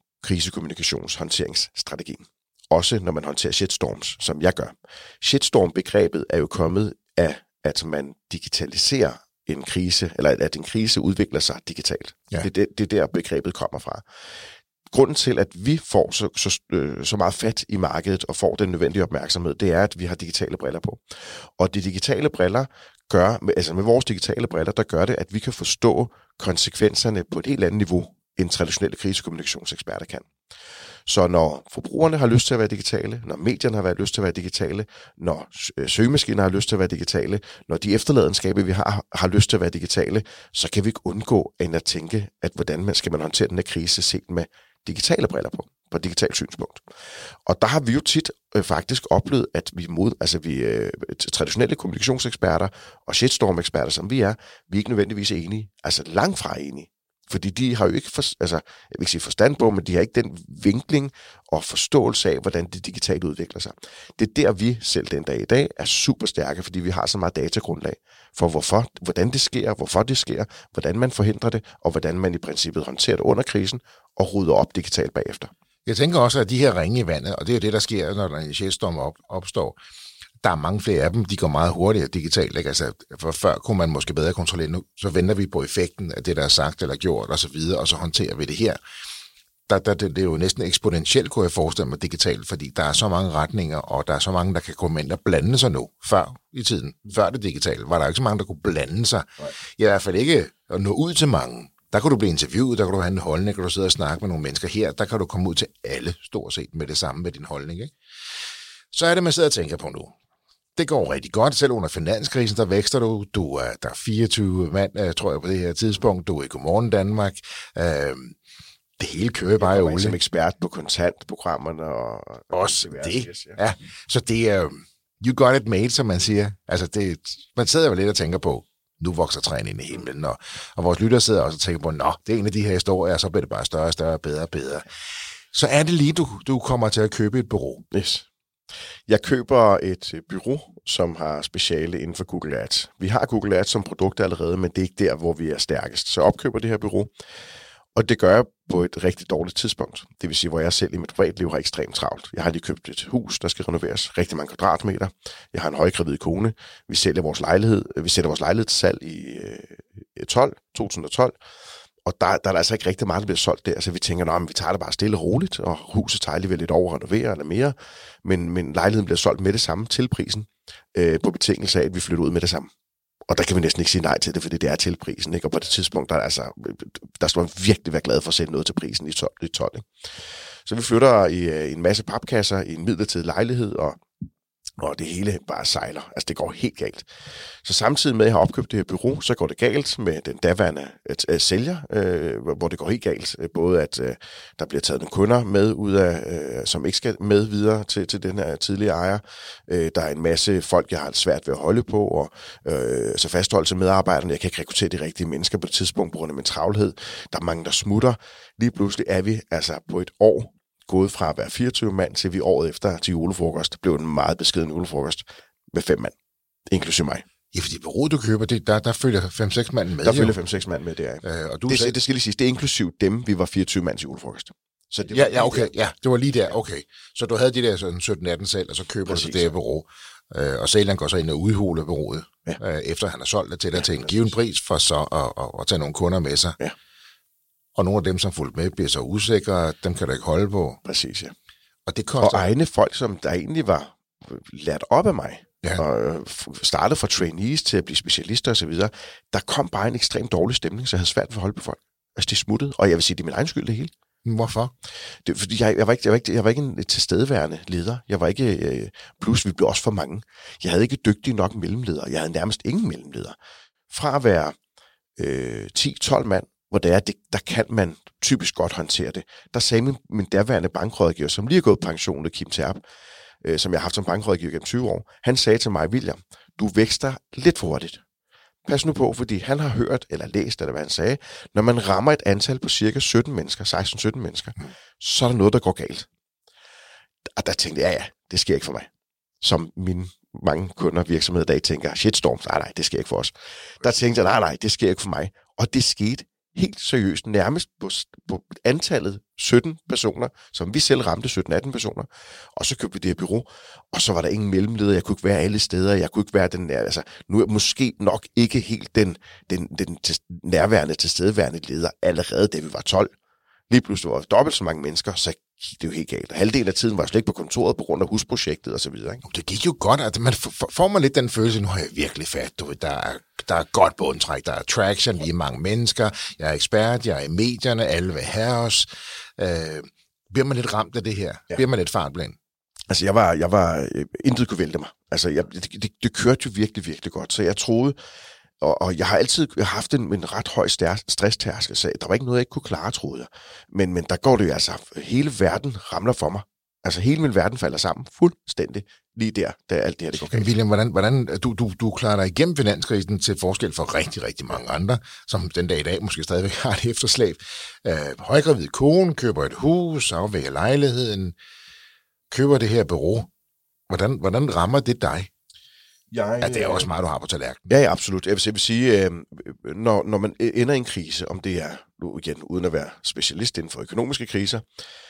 krisekommunikationshåndteringsstrategien. Også når man håndterer shitstorms, som jeg gør. Shitstorm-begrebet er jo kommet af, at man digitaliserer en krise, eller at en krise udvikler sig digitalt. Ja. Det, det, det er der begrebet kommer fra. Grunden til, at vi får så, så, øh, så meget fat i markedet og får den nødvendige opmærksomhed, det er, at vi har digitale briller på. Og de digitale briller gør, altså med vores digitale briller, der gør det, at vi kan forstå konsekvenserne på et helt andet niveau, end traditionelle krisekommunikationseksperter kan. Så når forbrugerne har lyst til at være digitale, når medierne har været lyst til at være digitale, når søgemaskiner har lyst til at være digitale, når de efterladenskaber, vi har, har lyst til at være digitale, så kan vi ikke undgå end at tænke, at hvordan man, skal man håndtere den her krise set med digitale briller på, på et digitalt synspunkt. Og der har vi jo tit øh, faktisk oplevet, at vi mod, altså vi øh, traditionelle kommunikationseksperter og shitstorm-eksperter, som vi er, vi er ikke nødvendigvis enige, altså langt fra enige. Fordi de har jo ikke, for, altså, jeg vil ikke sige forstand på, men de har ikke den vinkling og forståelse af, hvordan det digitalt udvikler sig. Det er der, vi selv den dag i dag er super stærke, fordi vi har så meget datagrundlag for, hvorfor, hvordan det sker, hvorfor det sker, hvordan man forhindrer det, og hvordan man i princippet håndterer det under krisen og rydder op digitalt bagefter. Jeg tænker også, at de her ringe i vandet, og det er jo det, der sker, når der en shitstorm op, opstår, der er mange flere af dem, de går meget hurtigere digitalt. Ikke? Altså, for før kunne man måske bedre kontrollere nu, så venter vi på effekten af det, der er sagt eller gjort og så videre, og så håndterer vi det her. Der, der, det, det er jo næsten eksponentielt, kunne jeg forestille mig, digitalt, fordi der er så mange retninger, og der er så mange, der kan komme ind og blande sig nu. Før i tiden, før det digitale, var der ikke så mange, der kunne blande sig. Nej. I hvert fald ikke at nå ud til mange. Der kan du blive interviewet, der kan du have en holdning, der kan du sidde og snakke med nogle mennesker her, der kan du komme ud til alle, stort set, med det samme med din holdning. Ikke? Så er det, man sidder og tænker på nu. Det går rigtig godt, selv under finanskrisen, der vækster du. Du er, der er fireogtyve mand, tror jeg, på det her tidspunkt. Du er i Godmorgen Danmark. Øhm, det hele kører bare i olie. Som ekspert på kontantprogrammerne. Og, og også det, yes, ja. ja. Så det er, you got it made, som man siger. Altså, det, man sidder jo lidt og tænker på, nu vokser træen ind i himlen, og, og vores lytter sidder også og tænker på, nå, det er en af de her historier, og så bliver det bare større og større, bedre og bedre. Så er det lige, du, du kommer til at købe et bureau. Yes. Jeg køber et bureau, som har speciale inden for Google Ads. Vi har Google Ads som produkt allerede, men det er ikke der, hvor vi er stærkest. Så jeg opkøber det her bureau, og det gør jeg på et rigtig dårligt tidspunkt. Det vil sige, hvor jeg selv i mit privatliv har ekstremt travlt. Jeg har lige købt et hus, der skal renoveres. Rigtig mange kvadratmeter. Jeg har en højgravid kone. Vi sælger vores lejlighed. Vi sætter vores lejlighed til salg i tolv, to tusind og tolv. Og der, der er der altså ikke rigtig meget, der bliver solgt der, så vi tænker, at vi tager det bare stille og roligt, og huset tager alligevel lidt over at renovere eller mere, men, men lejligheden bliver solgt med det samme til prisen, øh, på betingelse af, at vi flytter ud med det samme. Og der kan vi næsten ikke sige nej til det, fordi det er til prisen, ikke? Og på det tidspunkt, der, er altså, der skal man virkelig være glad for at sætte noget til prisen i tolv. I tolv, ikke? Så vi flytter i, i en masse papkasser i en midlertidig lejlighed, og og det hele bare sejler. Altså, det går helt galt. Så samtidig med, at jeg har opkøbt det her bureau, så går det galt med den daværende øh, sælger, øh, hvor det går helt galt. Både at øh, der bliver taget nogle kunder med ud af, øh, som ikke skal med videre til, til den her tidligere ejer. Øh, der er en masse folk, jeg har svært ved at holde på, og øh, så fastholdelse medarbejderne. Jeg kan ikke rekruttere de rigtige mennesker på et tidspunkt på grund af min travlhed. Der er mange, der smutter. Lige pludselig er vi altså på et år gået fra at være fireogtyve mand, til vi året efter til julefrokost blev en meget beskeden julefrokost med fem mand, inklusive mig. Ja, fordi bureauet, du køber, det, der, der følger fem seks mand med. Der følger fem seks mand med, det er. Øh, og du det, sagde... det skal lige sige, det er inklusive dem, vi var fireogtyve mand til julefrokost. Så det ja, ja, okay, ja, det var lige der, okay. Så du havde de der sådan sytten atten salg, og så køber præcis. Du det her bureau. Øh, og sælgeren går så ind og udhuler bureauet, ja. øh, efter han har solgt det til dig ja, til en given pris, for så at, at, at tage nogle kunder med sig. Ja. Og nogle af dem, som fulgte med, bliver så usikre, dem kan du ikke holde på. Præcis, ja. Og, det koster... og egne folk, som der egentlig var lært op af mig, ja. og startede fra trainees til at blive specialister osv., der kom bare en ekstremt dårlig stemning, så jeg havde svært ved at holde på folk. Altså, de smuttede, og jeg vil sige, det er min egen skyld det hele. Hvorfor? Det, fordi jeg, jeg, var ikke, jeg, var ikke, jeg var ikke en tilstedeværende leder. Jeg var ikke, øh, plus vi blev også for mange. Jeg havde ikke dygtige nok mellemledere. Jeg havde nærmest ingen mellemledere. Fra at være øh, ti tolv mand, hvor det er, det, der kan man typisk godt håndtere det. Der sagde min, min derværende bankrådgiver, som lige er gået pension, Kim Terp, øh, som jeg har haft som bankrådgiver gennem tyve år, han sagde til mig, William, du vækster lidt for hurtigt. Pas nu på, fordi han har hørt, eller læst, eller hvad han sagde, når man rammer et antal på cirka sytten mennesker, seksten sytten mennesker, så er der noget, der går galt. Og der tænkte jeg, ja, ja, det sker ikke for mig. Som mine mange kunder og virksomheder i dag tænker, shitstorm, nej, nej, det sker ikke for os. Der tænkte jeg, nej, nej, det sker ikke for mig. Og det skete helt seriøst, nærmest på, på antallet sytten personer, som vi selv ramte, sytten atten personer, og så købte vi det her bureau, og så var der ingen mellemleder, jeg kunne ikke være alle steder, jeg kunne ikke være den der, altså, nu er jeg måske nok ikke helt den, den, den til, nærværende, tilstedeværende leder, allerede da vi var tolv. Lige pludselig var dobbelt så mange mennesker, så gik det jo helt galt. Halvdelen af tiden var jeg slet ikke på kontoret på grund af husprojektet og så videre. Ikke? Det gik jo godt, at man får man lidt den følelse, nu har jeg virkelig fat, du ved, der er, der er godt bundtræk, der er traction, vi er mange mennesker, jeg er ekspert, jeg er i medierne, alle vil have os. Øh, bliver man lidt ramt af det her? Ja. Bliver man lidt fartblind? Altså, jeg var, jeg var, øh, intet kunne vælte mig. Altså, jeg, det, det, det kørte jo virkelig, virkelig godt, så jeg troede, Og, og jeg har altid haft en, en ret høj stresstærskel, så der var ikke noget, jeg ikke kunne klare, troede jeg. Men, men der går det jo altså, hele verden ramler for mig. Altså hele min verden falder sammen fuldstændig lige der, da alt det her det går galt. William, hvordan, hvordan du, du, du klarer dig igennem finanskrisen til forskel for rigtig, rigtig mange andre, som den dag i dag måske stadigvæk har et efterslæb. Øh, højgravid kone, køber et hus, afvækker lejligheden, køber det her bureau. Hvordan, hvordan rammer det dig? Jeg, ja, det er også meget, du har på tallerkenen. Ja, ja, absolut. Jeg vil, jeg vil sige, øh, når, når man ender i en krise, om det er, nu igen, uden at være specialist inden for økonomiske kriser,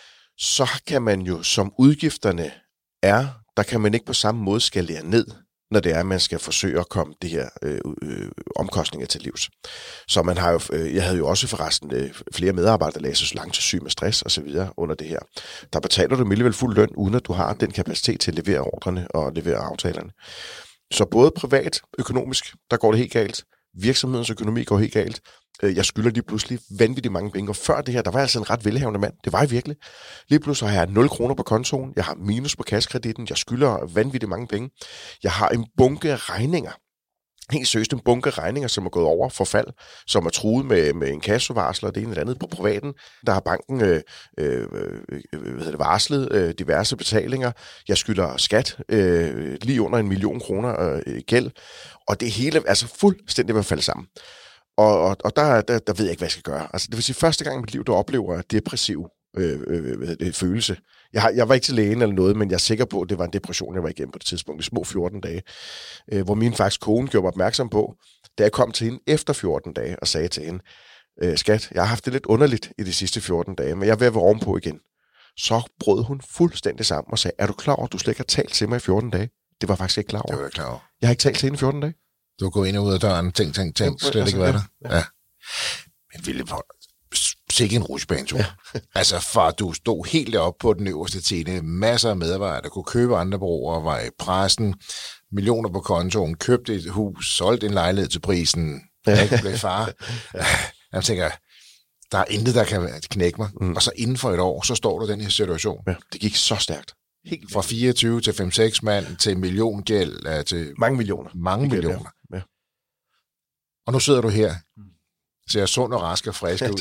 så kan man jo, som udgifterne er, der kan man ikke på samme måde skalere ned, når det er, at man skal forsøge at komme det her øh, øh, omkostninger til livs. Så man har jo, øh, jeg havde jo også forresten øh, flere medarbejdere, der lagde sig så langt til syg med stress og så videre under det her. Der betaler du alligevel fuld løn, uden at du har den kapacitet til at levere ordrene og levere aftalerne. Så både privat, økonomisk, der går det helt galt. Virksomhedens økonomi går helt galt. Jeg skylder lige pludselig vanvittigt mange penge. Og før det her, der var jeg altså en ret velhavende mand. Det var jeg virkelig. Lige pludselig har jeg nul kroner på kontoen. Jeg har minus på kassekreditten. Jeg skylder vanvittigt mange penge. Jeg har en bunke regninger. Helt seriøst en bunke regninger, som er gået over forfald, som er truet med, med en kassevarsler og det ene eller andet på privaten. Der har banken øh, øh, hvad hedder det, varslet øh, diverse betalinger. Jeg skylder skat øh, lige under en million kroner øh, gæld. Og det hele altså fuldstændig ved at falde sammen. Og, og, og der, der, der ved jeg ikke, hvad jeg skal gøre. Altså, det vil sige, første gang i mit liv, du oplever depressiv øh, øh, øh, følelse. Jeg, har, jeg var ikke til lægen eller noget, men jeg er sikker på, at det var en depression, jeg var igennem på det tidspunkt, i små fjorten dage, øh, hvor min faktisk kone gjorde mig opmærksom på, da jeg kom til hende efter fjorten dage og sagde til hende, øh, skat, jeg har haft det lidt underligt i de sidste fjorten dage, men jeg er ved at være ovenpå igen. Så brød hun fuldstændig sammen og sagde, er du klar over, at du slet ikke har talt til mig i fjorten dage? Det var jeg faktisk ikke klar over. Det var jeg klar over. Jeg har ikke talt til hende i fjorten dage. Du har gået ind og ud af døren, tænkt, tænkt, tænkt, slet altså, ikke været ja, der. Ja. Ja. Men William, sikke en rutsjebanetur. Ja. Altså, for du stod helt deroppe på den øverste tene, masser af medarbejdere, der kunne købe andre bureauer, var i pressen, millioner på kontoen, købte et hus, solgte en lejlighed til prisen, ja. Ikke blev far. Ja. Jeg tænker, der er intet, der kan knække mig. Mm. Og så inden for et år, så står du i den her situation. Ja, det gik så stærkt. Helt fra fireogtyve til fem seks mand, til milliongæld, uh, til mange millioner. Mange millioner. Ja. Og nu sidder du her, ser sund og rask og frisk ja, ud.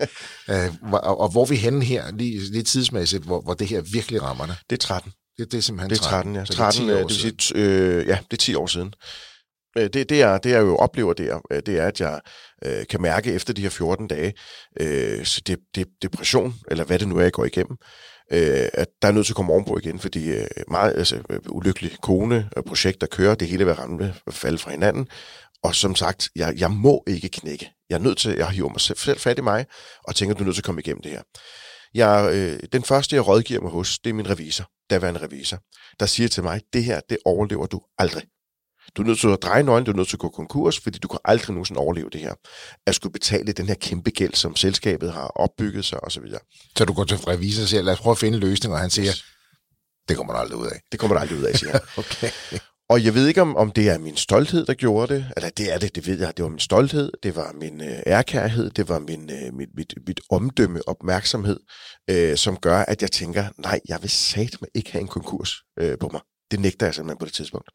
uh, og, og hvor er vi henne her, lige, lige tidsmæssigt, hvor, hvor det her virkelig rammer dig? Det er tretten. Det, det er simpelthen det er tretten, ja. tretten, det, er det vil sige, øh, ja, det er ti år siden. Det, det, jeg, det jeg jo oplever der, det er, at jeg øh, kan mærke efter de her fjorten dage, øh, så det, det depression, eller hvad det nu er, jeg går igennem, øh, at der er nødt til at komme ovenpå igen, fordi øh, meget altså, ulykkelig kone, projekt, der kører, det hele vil ramme og falde fra hinanden. Og som sagt, jeg, jeg må ikke knække. Jeg er nødt til, jeg hiver mig selv fat i mig, og tænker, at du er nødt til at komme igennem det her. Jeg, øh, den første, jeg rådgiver mig hos, det er min revisor, daværende revisor, der siger til mig, det her, det overlever du aldrig. Du er nødt til at dreje nøglen, du er nødt til at gå konkurs, fordi du kan aldrig nogensinde overleve det her. At skulle betale den her kæmpe gæld, som selskabet har opbygget sig, osv. Så, så du går til revisor og siger, lad os prøve at finde en løsning, og han siger, yes. det kommer du aldrig ud af. Det kommer du aldrig ud af, siger han. Okay. Og jeg ved ikke, om, om det er min stolthed, der gjorde det. Eller det er det, det ved jeg. Det var min stolthed, det var min øh, ærkærhed, det var min, øh, mit, mit, mit omdømme, opmærksomhed, øh, som gør, at jeg tænker, nej, jeg vil satme ikke have en konkurs øh, på mig. Det nægter jeg simpelthen på det tidspunkt.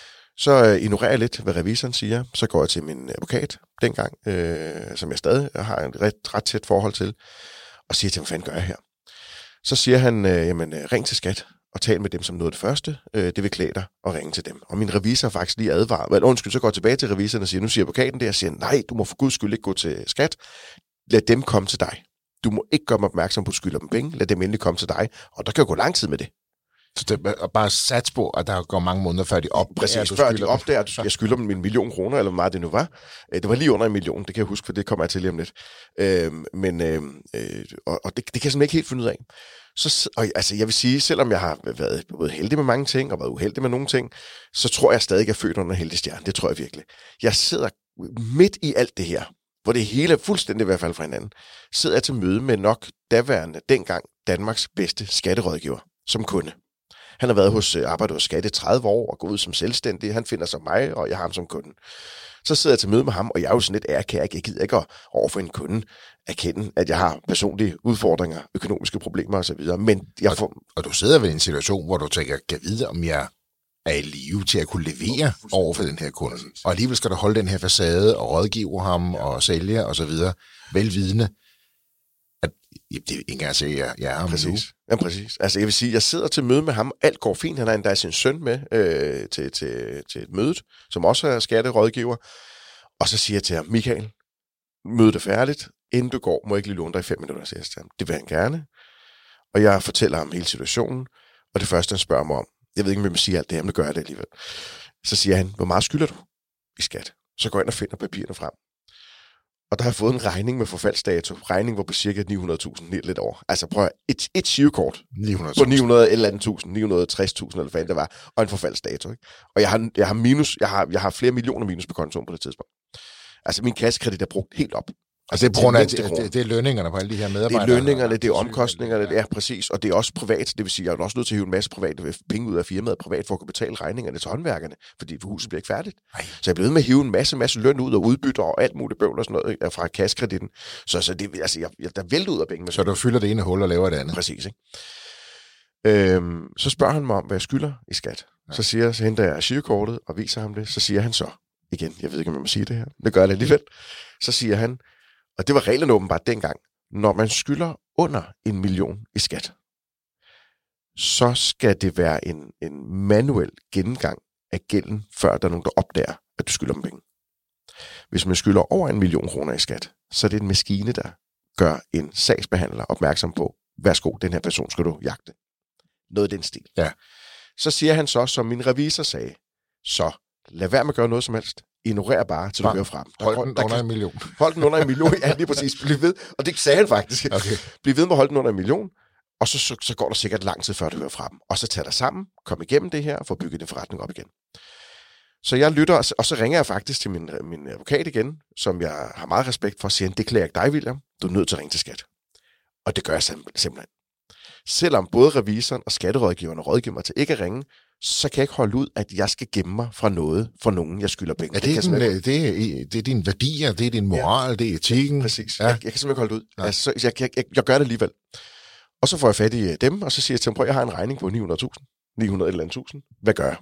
Så øh, ignorerer jeg lidt, hvad revisoren siger. Så går jeg til min advokat dengang, øh, som jeg stadig har en ret, ret tæt forhold til, og siger til ham, hvad fanden gør jeg her? Så siger han, øh, jamen ring til skat og tal med dem som noget af det første. Øh, det vil klæde dig at ringe til dem. Og min revisor har faktisk lige advaret. Men undskyld, så går jeg tilbage til revisoren og siger, nu siger advokaten det, og siger, nej, du må for guds skyld ikke gå til skat. Lad dem komme til dig. Du må ikke gøre mig opmærksom på, at du skylder dem penge. Lad dem endelig komme til dig. Og der kan jo gå lang tid med det. Så det er bare sats på, at der går mange måneder, før de opdager, Præcis, før de opdager, at jeg skylder dem en million kroner, eller hvor meget det nu var. Det var lige under en million, det kan jeg huske, for det kommer jeg til lige om lidt. Øhm, men, øh, og, og det, det kan jeg simpelthen ikke helt finde ud af. Så, og, altså, jeg vil sige, selvom jeg har været både heldig med mange ting, og været uheldig med nogle ting, så tror jeg stadig, at jeg er født under en heldig stjerne. Det tror jeg virkelig. Jeg sidder midt i alt det her, hvor det hele er fuldstændig i hvert fald fra hinanden, sidder jeg til møde med nok daværende, dengang Danmarks bedste skatterådgiver som kunde. Han har været hos arbejdet hos Skat i tredive år og gået ud som selvstændig. Han finder sig mig, og jeg har ham som kunde. Så sidder jeg til møde med ham, og jeg er jo sådan lidt ærkær. Jeg gider ikke overfor en kunde erkende, at jeg har personlige udfordringer, økonomiske problemer osv. Men jeg får... og, og du sidder ved en situation, hvor du tænker, kan vide, om jeg er i live til at kunne levere over for den her kunde. Og alligevel skal du holde den her facade og rådgive ham og sælge osv. Velvidende, at det er ikke engang at sige, at jeg, jeg er ham præcis. nu. Ja, præcis. Altså, jeg vil sige, jeg sidder til møde med ham, alt går fint. Han har endda sin søn med øh, til, til, til et møde, som også er skatterådgiver. Og så siger jeg til ham, Michael, mødet er færdigt. Inden du går, må jeg ikke lige låne dig i fem minutter, siger jeg til ham. Det vil han gerne. Og jeg fortæller ham hele situationen. Og det første, han spørger mig om, jeg ved ikke, om jeg må sige alt det her, men det gør jeg det alligevel. Så siger han, hvor meget skylder du i skat? Så går jeg ind og finder papirerne frem. Og der har jeg fået en regning med forfaldsdato. Regning var på cirka ni hundrede tusind, lidt over. Altså prøv at et, et girokort på ni hundrede eller andet tusind, ni hundrede og tres tusind eller hvad det var, og en forfaldsdato. Ikke? Og jeg har, jeg har minus, jeg har, jeg har flere millioner minus på kontoen på det tidspunkt. Altså min kassekredit er brugt helt op. Altså det er, grund af, det, det, det er lønningerne på alle de her medarbejdere? Det er lønningerne, det er omkostningerne, det er præcis, og det er også privat. Det vil sige, jeg er også nødt til at hive en masse private penge ud af firmaet privat for at kunne betale regningerne til håndværkerne, fordi huset bliver ikke færdigt. Ej. Så jeg er blevet ved med at hive en masse, masse løn ud og udbytter og alt muligt bøvl og sådan noget fra kassekreditten. Så, så det, altså, jeg, jeg, der vælter ud af penge. Så du fylder det ene hul og laver det andet? Præcis, ikke? Øhm, så spørger han mig om, hvad jeg skylder i skat. Ja. Så siger jeg, så henter jeg girokortet og viser ham det. Så siger han så, igen, jeg ved ikke, om jeg må sige det her, det gør jeg alligevel. Så siger han, og det var reglen åbenbart dengang, når man skylder under en million i skat, så skal det være en, en manuel gennemgang af gælden, før der er nogen, der opdager, at du skylder dem penge. Hvis man skylder over en million kroner i skat, så er det en maskine, der gør en sagsbehandler opmærksom på, værsgo, den her person skal du jagte. Noget af den stil. Ja. Så siger han så, som min revisor sagde, så lad være med at gøre noget som helst. Ignorer bare, til du hører frem. Hold den under en million. Hold den under en million, ja, lige præcis. Bliv ved. Og det sagde han faktisk. Okay. Bliv ved med at holde den under en million, og så, så, så går der sikkert lang tid, før du hører fra dem. Og så tager dig sammen, kom igennem det her, og få bygget din forretning op igen. Så jeg lytter, og så ringer jeg faktisk til min, min advokat igen, som jeg har meget respekt for, og siger, det klæder ikke dig, William. Du er nødt til at ringe til skat. Og det gør jeg simpelthen. Selvom både revisoren og skatterådgiverne rådgiver mig til ikke at ringe, så kan jeg ikke holde ud, at jeg skal gemme mig fra noget, fra nogen, jeg skylder penge. Ja, det, det, er din, det, er, det er dine værdier, det er din moral, ja, det er etikken. Præcis. Ja. Jeg, jeg kan simpelthen ikke holde ud. Altså, jeg, jeg, jeg, jeg gør det alligevel. Og så får jeg fat i dem, og så siger jeg til dem, prøv, jeg har en regning på ni hundrede tusind. ni hundrede eller andet tusind. Hvad gør jeg?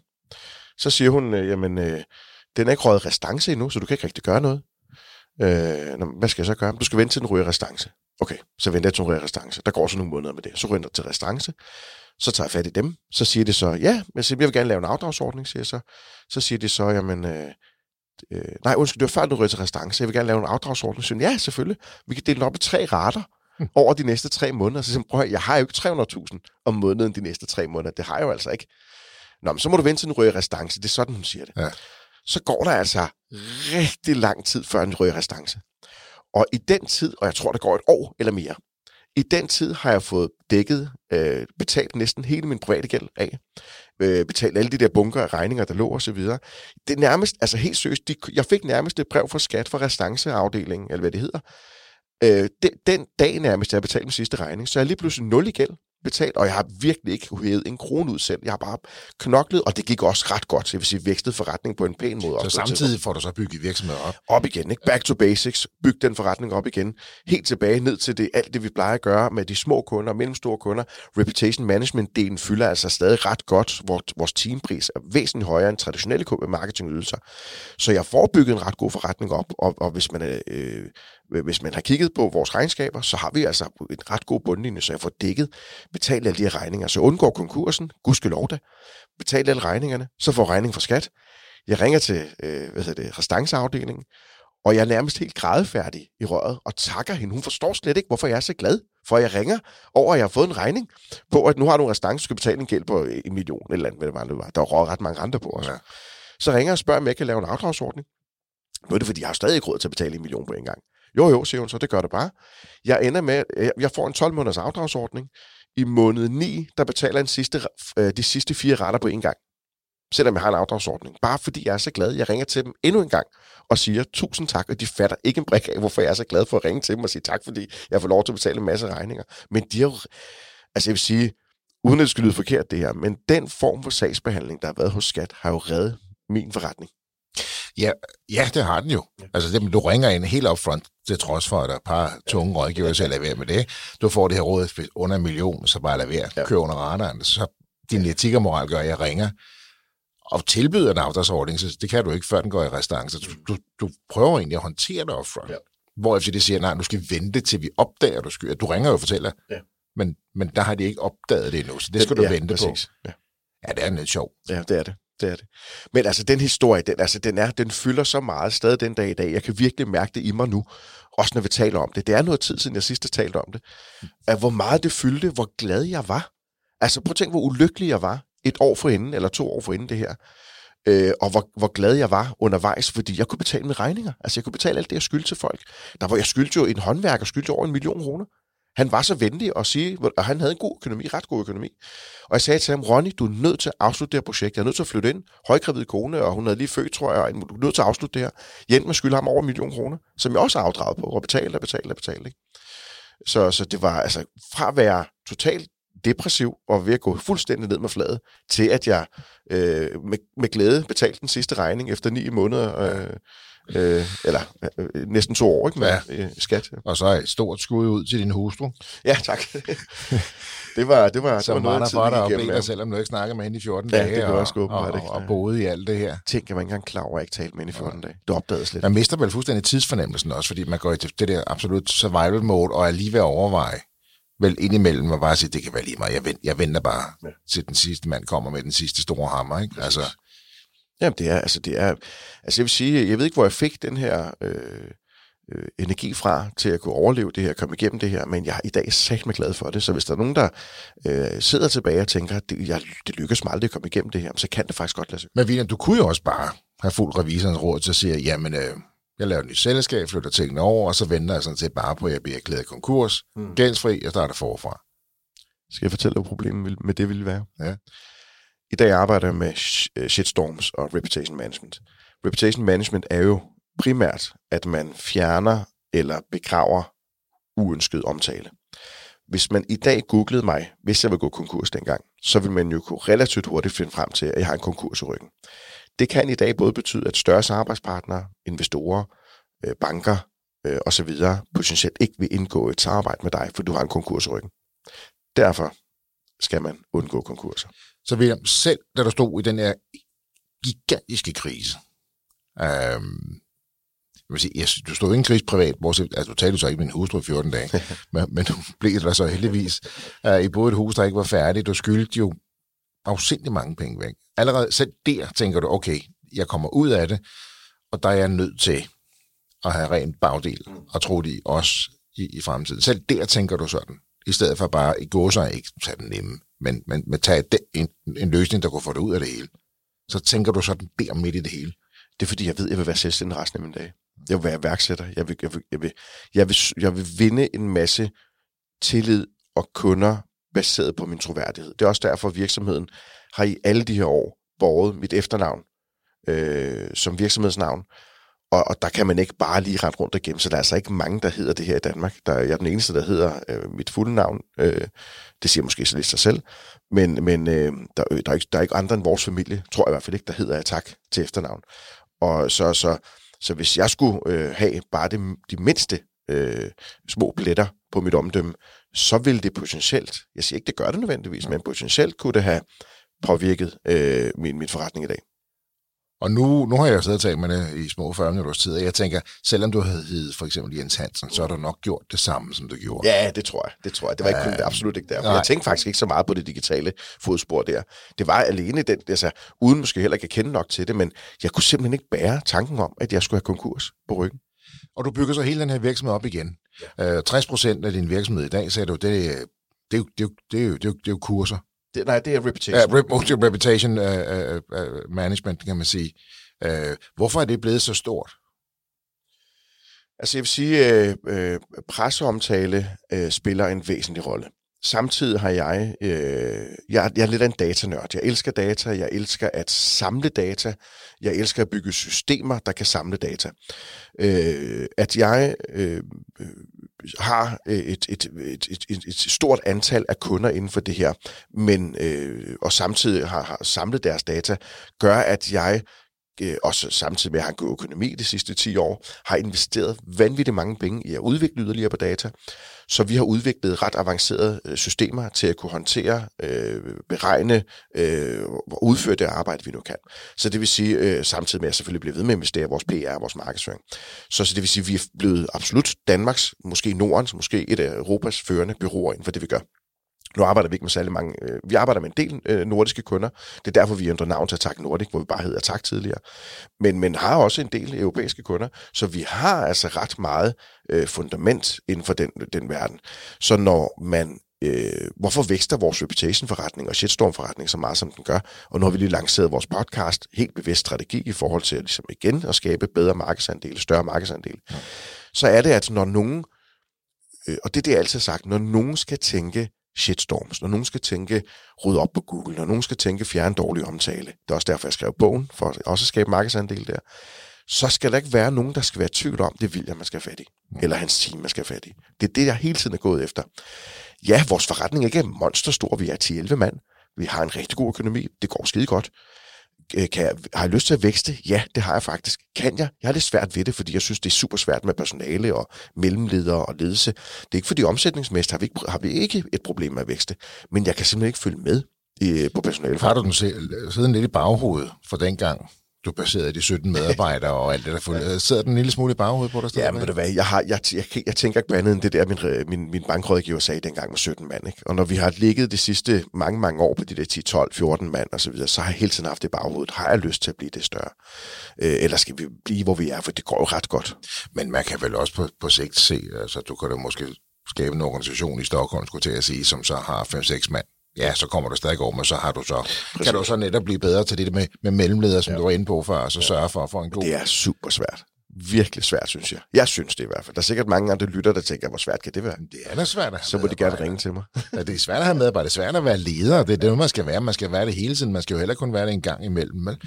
Så siger hun, øh, jamen, øh, den er ikke røget restance endnu, så du kan ikke rigtig gøre noget. Øh, nå, hvad skal jeg så gøre? Du skal vente til den ryger restance. Okay, så venter jeg til den ryger restance. Der går så nogle måneder med det. Så ryger jeg til restance. Så tager jeg fat i dem. Så siger de så, ja, men jeg vil gerne lave en afdragsordning, siger jeg så. Så siger de så, jamen, øh, øh, nej, undskyld, det var før den ryger til restance. Jeg vil gerne lave en afdragsordning. Så ja, selvfølgelig. Vi kan dele den op i tre rater over de næste tre måneder. Så siger jeg, prøv at, jeg har jo ikke tre hundrede tusind om måneden de næste tre måneder. Det har jeg jo altså ikke. Nå, men så må du vente til den ryger restance. Det er sådan, hun siger det. Ja. Så går der altså rigtig lang tid, før den ryger restance. Og i den tid, og jeg tror, der går et år eller mere, i den tid har jeg fået dækket, øh, betalt næsten hele min private gæld af, øh, betalt alle de der bunker af regninger, der lå og så videre. Det er nærmest, altså helt seriøst, de, jeg fik nærmest et brev fra skat fra restanceafdelingen, eller hvad det hedder. Øh, den, den dag nærmest, jeg har betalt min sidste regning, så er jeg lige pludselig nul i gæld betalt, og jeg har virkelig ikke hævet en krone ud selv. Jeg har bare knoklet, og det gik også ret godt, så jeg vil sige, vækstet forretning på en pæn måde. Så samtidig får du så bygget virksomheden op? Op igen, ikke? Back to basics. Byg den forretning op igen. Helt tilbage ned til det, alt det, vi plejer at gøre med de små kunder og mellemstore kunder. Reputation management-delen fylder altså stadig ret godt. Vores, vores teampris er væsentligt højere end traditionelle marketingydelser. Så jeg får bygget en ret god forretning op, og, og hvis man er... Øh, Hvis man har kigget på vores regnskaber, så har vi altså en ret god bundlinje, så jeg får dækket, betalt alle de her regninger, så undgår konkursen, gudskelov da, betalt alle regningerne, så får regning fra skat. Jeg ringer til øh, hvad hedder det, restanceafdelingen, og jeg er nærmest helt grædefærdig i røret, og takker hende. Hun forstår slet ikke, hvorfor jeg er så glad, for jeg ringer over, at jeg har fået en regning på, at nu har du en restance, du skal betale en gæld på en million, eller andet, hvad det var, det var. Der var ret mange renter på os. Ja. Så ringer jeg og spørger, om jeg kan lave en afdragsordning. Nu er det, fordi jeg har stadig ikke råd til at betale en million på en gang. Jo, jo, siger hun så, det gør det bare. Jeg ender med, jeg får en tolv måneders afdragsordning. I måned ni, der betaler en sidste, de sidste fire retter på en gang. Selvom jeg har en afdragsordning. Bare fordi jeg er så glad. Jeg ringer til dem endnu en gang og siger tusind tak, og de fatter ikke en brik af, hvorfor jeg er så glad for at ringe til dem og sige tak, fordi jeg får lov til at betale en masse regninger. Men de har jo, altså jeg vil sige, uden at det skal lyde forkert det her, men den form for sagsbehandling, der har været hos Skat, har jo reddet min forretning. Ja, ja, det har den jo. Ja. Altså, det, du ringer ind helt up front, til trods for, at der er et par tunge rådgiver, der skal lade være med det. Du får det her råd under en million, så bare lade være. Ja. Kør under radaren. Så din etik og moral gør, at jeg ringer og tilbyder en afdragsordning, så det kan du ikke, før den går i restance. Du, du, du prøver egentlig at håndtere det up front. Ja. Hvorefter det siger, nej, du skal vente, til vi opdager, du skal. Du ringer jo og fortæller, ja. men, men der har de ikke opdaget det endnu, så det skal det, du ja, vente præcis. på. Ja. ja, det er lidt sjovt. Ja, det er det. Det er det. Men altså, den historie, den, altså, den, er, den fylder så meget stadig den dag i dag. Jeg kan virkelig mærke det i mig nu, også når vi taler om det. Det er noget tid siden, jeg sidst talte om det. At hvor meget det fyldte, hvor glad jeg var. Altså, prøv at tænke, hvor ulykkelig jeg var et år forinden, eller to år forinden det her. Øh, og hvor, hvor glad jeg var undervejs, fordi jeg kunne betale mine regninger. Altså, jeg kunne betale alt det, jeg skyldte til folk. Der var jeg skyldte jo en håndværker, skyldte over en million kroner. Han var så venlig at sige, at han havde en god økonomi, ret god økonomi. Og jeg sagde til ham, Ronny, du er nødt til at afslutte det her projekt. Jeg er nødt til at flytte ind. Højgravid kone, og hun havde lige født, tror jeg, og du er nødt til at afslutte det her. Hjælp med skylder ham over en million kroner, som jeg også har afdraget på, og betale og betale og betale. Ikke? Så, så det var altså fra at være totalt depressiv og ved at gå fuldstændig ned med fladet, til at jeg øh, med, med glæde betalte den sidste regning efter ni måneder, øh, øh, eller øh, næsten to år, ikke, med ja. øh, skat. Og så et stort skud ud til din hustru. Ja, tak. det var, det var, så det var noget tid for dig og beder, selvom du ikke snakker med hende i fjorten ja, dage, det og, også og, og, og boede i alt det her. Tænk, jeg var ikke engang klar over, at jeg ikke talte med hende i fjorten ja. dage. Det opdagede slet. Man mister vel fuldstændig tidsfornemmelsen også, fordi man går i det der absolut survival mode, og er lige ved at overveje, vel indimellem og bare sige, det kan være lige meget, jeg venter, jeg venter bare ja. til den sidste mand kommer med den sidste store hammer, ikke? Altså. Jamen det er, altså det er, altså jeg vil sige, jeg ved ikke, hvor jeg fik den her øh, øh, energi fra, til at kunne overleve det her, komme igennem det her, men jeg er i dag sagt mig glad for det, så hvis der er nogen, der øh, sidder tilbage og tænker, at det, jeg, det lykkes mig aldrig at komme igennem det her, så kan det faktisk godt lade sig. Men William, du kunne jo også bare have fuldt revisorens råd til at sige, jamen, øh, jeg laver et nyt selskab, flytter tingene over, og så venter jeg sådan set bare på, at jeg bliver erklæret konkurs, mm. gældsfri, og starter forfra. Skal jeg fortælle, hvad problemet med det ville være? Ja. I dag arbejder jeg med shitstorms og reputation management. Reputation management er jo primært, at man fjerner eller begraver uønsket omtale. Hvis man i dag googlede mig, hvis jeg vil gå konkurs dengang, så vil man jo kunne relativt hurtigt finde frem til, at jeg har en konkurs i ryggen. Det kan i dag både betyde, at større samarbejdspartnere, investorer, banker øh, osv. potentielt ikke vil indgå et samarbejde med dig, for du har en konkurs i ryggen. Derfor skal man undgå konkurser. Så William, selv da du stod i den her gigantiske krise, øhm, jeg vil sige, jeg, du stod i en krise privat, bortset, altså du talte så ikke med en hustru i fjorten dage, men, men du blev der så heldigvis øh, i både et hus, der ikke var færdigt. Du skyldte jo afsindig mange penge væk. Allerede selv der tænker du, okay, jeg kommer ud af det, og der er jeg nødt til at have rent bagdel, og tro de også i, i fremtiden. Selv der tænker du sådan, i stedet for bare i gå sig ikke tage den nemme, men, men, men tage en, en løsning, der kunne få dig ud af det hele. Så tænker du sådan der midt i det hele. Det er fordi, jeg ved, jeg vil være selvstændig resten af min dag. Jeg vil være værksætter. Jeg vil, jeg vil, jeg vil, jeg vil, jeg vil vinde en masse tillid og kunder baseret på min troværdighed. Det er også derfor, virksomheden har i alle de her år båret mit efternavn øh, som virksomhedsnavn. Og, og der kan man ikke bare lige rende rundt og gemme, så der er altså ikke mange, der hedder det her i Danmark. Der, jeg er den eneste, der hedder øh, mit fulde navn. Øh, det siger måske så lidt sig selv. Men, men øh, der, der, er ikke, der er ikke andre end vores familie, tror jeg i hvert fald ikke, der hedder Attack til efternavn. Og så, så, så hvis jeg skulle øh, have bare det, de mindste øh, små pletter på mit omdømme, så ville det potentielt, jeg siger ikke, det gør det nødvendigvis, men potentielt kunne det have påvirket øh, min, min forretning i dag. Og nu, nu har jeg jo siddet og talt med det i små fyrre minutters tid, og jeg tænker, selvom du havde heddet for eksempel Jens Hansen, så har du nok gjort det samme, som du gjorde. Ja, det tror jeg. Det tror jeg. Det var ikke kun, det absolut ikke derfor. Jeg tænkte faktisk ikke så meget på det digitale fodspor der. Det var alene den, altså, uden måske heller ikke at kende nok til det, men jeg kunne simpelthen ikke bære tanken om, at jeg skulle have konkurs på ryggen. Og du bygger så hele den her virksomhed op igen. Ja. Uh, tres procent af din virksomhed i dag, sagde du, det, det, er, det, er, jo, det, er, jo, det, er, jo, det, er, jo, det er jo kurser. Det, nej, det er reputation. Uh, rep- reputation uh, uh, management, kan man sige. Uh, hvorfor er det blevet så stort? Altså jeg vil sige, øh, øh, presseomtale øh, spiller en væsentlig rolle. Samtidig har jeg, øh, jeg, jeg er lidt af en datanørd. Jeg elsker data, jeg elsker at samle data, jeg elsker at bygge systemer, der kan samle data. Øh, at jeg øh, har et, et, et, et, et stort antal af kunder inden for det her, men øh, og samtidig har, har samlet deres data, gør, at jeg også samtidig med at have en god økonomi de sidste ti år, har investeret vanvittigt mange penge i at udvikle yderligere på data. Så vi har udviklet ret avancerede systemer til at kunne håndtere, øh, beregne øh, og udføre det arbejde, vi nu kan. Så det vil sige, øh, samtidig med at selvfølgelig blive ved med at investere i vores P R og vores markedsføring. Så, så det vil sige, at vi er blevet absolut Danmarks, måske Nordens, måske et af Europas førende bureauer inden for det, vi gør. Nu arbejder vi ikke med særlig mange. Øh, vi arbejder med en del øh, nordiske kunder. Det er derfor, vi ændrer navn til Attack Nordic, hvor vi bare hed Attack tidligere. Men, men har også en del europæiske kunder, så vi har altså ret meget øh, fundament inden for den, den verden. Så når man, øh, hvorfor vækster vores reputation-forretning og shitstorm-forretning så meget, som den gør, og nu har vi lige lanceret vores podcast, helt bevidst strategi i forhold til ligesom igen at skabe bedre markedsandele, større markedsandele, ja. Så er det, at når nogen, øh, og det er det, jeg altid har sagt, når nogen skal tænke shitstorms, når nogen skal tænke rydde op på Google, når nogen skal tænke fjerne dårlig omtale, det er også derfor, jeg skrev bogen, for at også skabe markedsandel der, så skal der ikke være nogen, der skal være tvivl om, det er William, man skal have fat i, eller hans team, man skal have fat i. Det er det, jeg hele tiden er gået efter. Ja, vores forretning er ikke monsterstor, vi er ti elleve mand, vi har en rigtig god økonomi, det går skide godt. Kan jeg, har jeg lyst til at vækste? Ja, det har jeg faktisk. Kan jeg? Jeg har lidt svært ved det, fordi jeg synes, det er super svært med personale og mellemledere og ledelse. Det er ikke fordi omsætningsmæssigt har vi ikke, har vi ikke et problem med at vækste, men jeg kan simpelthen ikke følge med i, på personale. Har du den siddet lidt i baghovedet for dengang? Du baserede de sytten medarbejdere og alt det der. Ja. Sidder den en lille smule i baghovedet på dig? Ja, men ved du hvad, jeg, har, jeg, jeg, jeg, jeg tænker ikke på andet end det der, min, min, min bankrådgiver sagde dengang med sytten mand. Ikke? Og når vi har ligget de sidste mange, mange år på de der ti, tolv, fjorten mand og så videre, så har jeg hele tiden haft det i baghovedet. Har jeg lyst til at blive det større? Øh, eller skal vi blive, hvor vi er? For det går jo ret godt. Men man kan vel også på, på sigt se, altså du kan da måske skabe en organisation i Stockholm, skulle til at sige, som så har fem seks mand. Ja, så kommer du stadig over, men så har du så, kan du så netop blive bedre til det med, med mellemledere, som ja. du var inde på før, og så ja. sørge for at få en god... Det er super svært. Virkelig svært, synes jeg. Jeg synes det i hvert fald. Der er sikkert mange andre lytter, der tænker, hvor svært kan det være? Det er da svært at Så må de gerne ringe til mig. Ja, det er svært at have medarbejde. Det er svært at være leder. Det er det, man skal være. Man skal være det hele tiden. Man skal jo heller kun være det en gang imellem. Øh,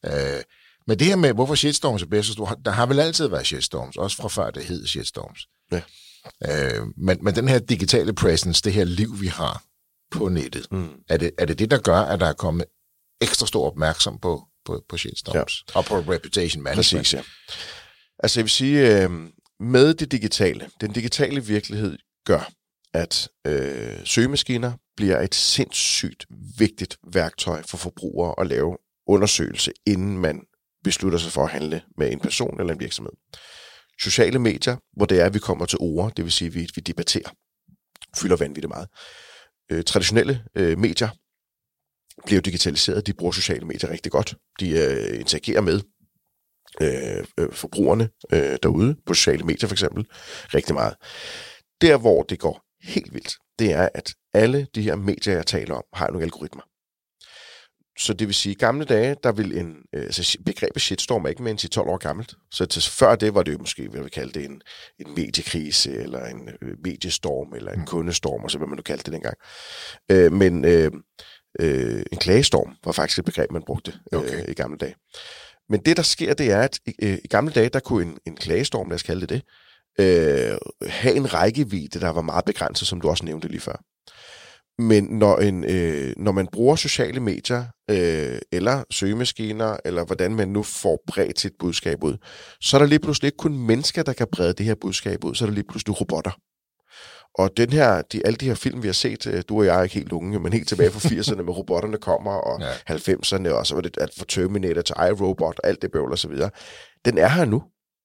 men det her med, hvorfor shitstorms er bedst, der har vel altid været shitstorms, også fra før det hed shitstorms. Ja. Øh, men, men den her digitale presence, det her liv, vi har på nettet, mm. er, det, er det det, der gør, at der er kommet ekstra stor opmærksom på, på, på shitstorms ja. og på reputation management? Præcis, ja. Altså jeg vil sige, øh, med det digitale, den digitale virkelighed gør, at øh, søgemaskiner bliver et sindssygt vigtigt værktøj for forbrugere at lave undersøgelse, inden man beslutter sig for at handle med en person eller en virksomhed. Sociale medier, hvor det er, at vi kommer til ord, det vil sige, at vi, vi debatterer, fylder vanvittigt meget. Øh, traditionelle øh, medier bliver digitaliseret, de bruger sociale medier rigtig godt. De øh, interagerer med øh, øh, forbrugerne øh, derude, på sociale medier for eksempel, rigtig meget. Der, hvor det går helt vildt, det er, at alle de her medier, jeg taler om, har nogle algoritmer. Så det vil sige, at i gamle dage, der vil en, altså begrebet shitstorm er ikke mere end ti til tolv år gammelt. Så til før det var det jo måske, hvad vi kalde det, en, en mediekrise, eller en øh, mediestorm, eller en kundestorm, og så hvad man nu kaldte det dengang. Øh, men øh, øh, en klagestorm var faktisk et begreb, man brugte øh, okay. i gamle dage. Men det, der sker, det er, at øh, i gamle dage, der kunne en, en klagestorm, lad os kalde det det, øh, have en rækkevidde, der var meget begrænset, som du også nævnte lige før. Men når, en, øh, når man bruger sociale medier, øh, eller søgemaskiner, eller hvordan man nu får bredt sit budskab ud, så er der lige pludselig ikke kun mennesker, der kan brede det her budskab ud, så er der lige pludselig robotter. Og den her, de, alle de her film, vi har set, du og jeg er ikke helt unge, men helt tilbage fra firserne, med robotterne kommer, og ja. halvfemserne, og så var det alt fra Terminator til iRobot, og alt det bøvl og så videre. Den er her nu.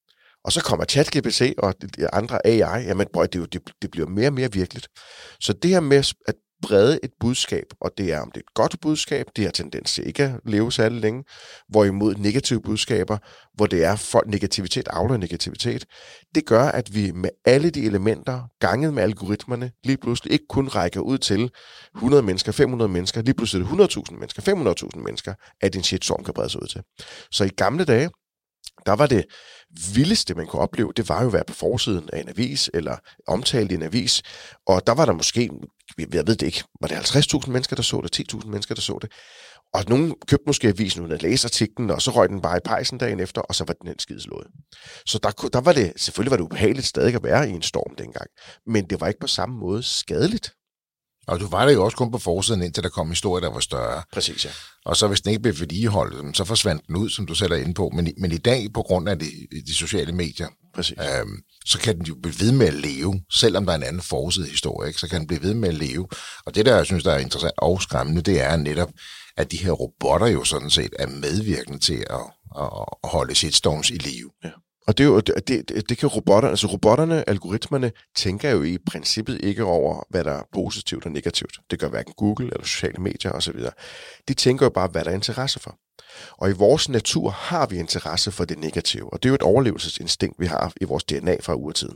Og så kommer ChatGPT og de andre A I, jamen boy, det, det, det bliver mere og mere virkeligt. Så det her med at brede et budskab, og det er, om det er et godt budskab, det har tendens til ikke at leve særlig længe, hvorimod negative budskaber, hvor det er for negativitet, afler negativitet, det gør, at vi med alle de elementer, ganget med algoritmerne, lige pludselig ikke kun rækker ud til hundrede mennesker, fem hundrede mennesker, lige pludselig hundrede tusind mennesker, fem hundrede tusind mennesker, at en shitstorm kan brede sig ud til. Så i gamle dage, der var det vildeste, man kunne opleve, det var jo at være på forsiden af en avis, eller omtalt i en avis, og der var der måske, jeg ved det ikke, var det halvtreds tusind mennesker, der så det, ti tusind mennesker, der så det, og nogen købte måske avisen uden at læse artiklen, og så røg den bare i pejsen dagen efter, og så var den en skideslået. Så der, der var det, selvfølgelig var det ubehageligt stadig at være i en storm dengang, men det var ikke på samme måde skadeligt. Og du var der jo også kun på forsiden, indtil der kom historier, der var større. Præcis, ja. Og så hvis den ikke blev vedligeholdt, så forsvandt den ud, som du sætter ind på. Men i, men i dag, på grund af de, de sociale medier, øhm, så kan den jo blive ved med at leve, selvom der er en anden forsidehistorie, ikke? Så kan den blive ved med at leve. Og det, der jeg synes, der er interessant og skræmmende, det er netop, at de her robotter jo sådan set er medvirkende til at, at, at holde shitstorms i live. Ja. Og det, er jo, det, det, det kan robotter, altså robotterne, algoritmerne, tænker jo i princippet ikke over, hvad der er positivt og negativt. Det gør hverken Google eller sociale medier osv. De tænker jo bare, hvad der er interesse for. Og i vores natur har vi interesse for det negative, og det er jo et overlevelsesinstinkt, vi har i vores D N A fra urtiden.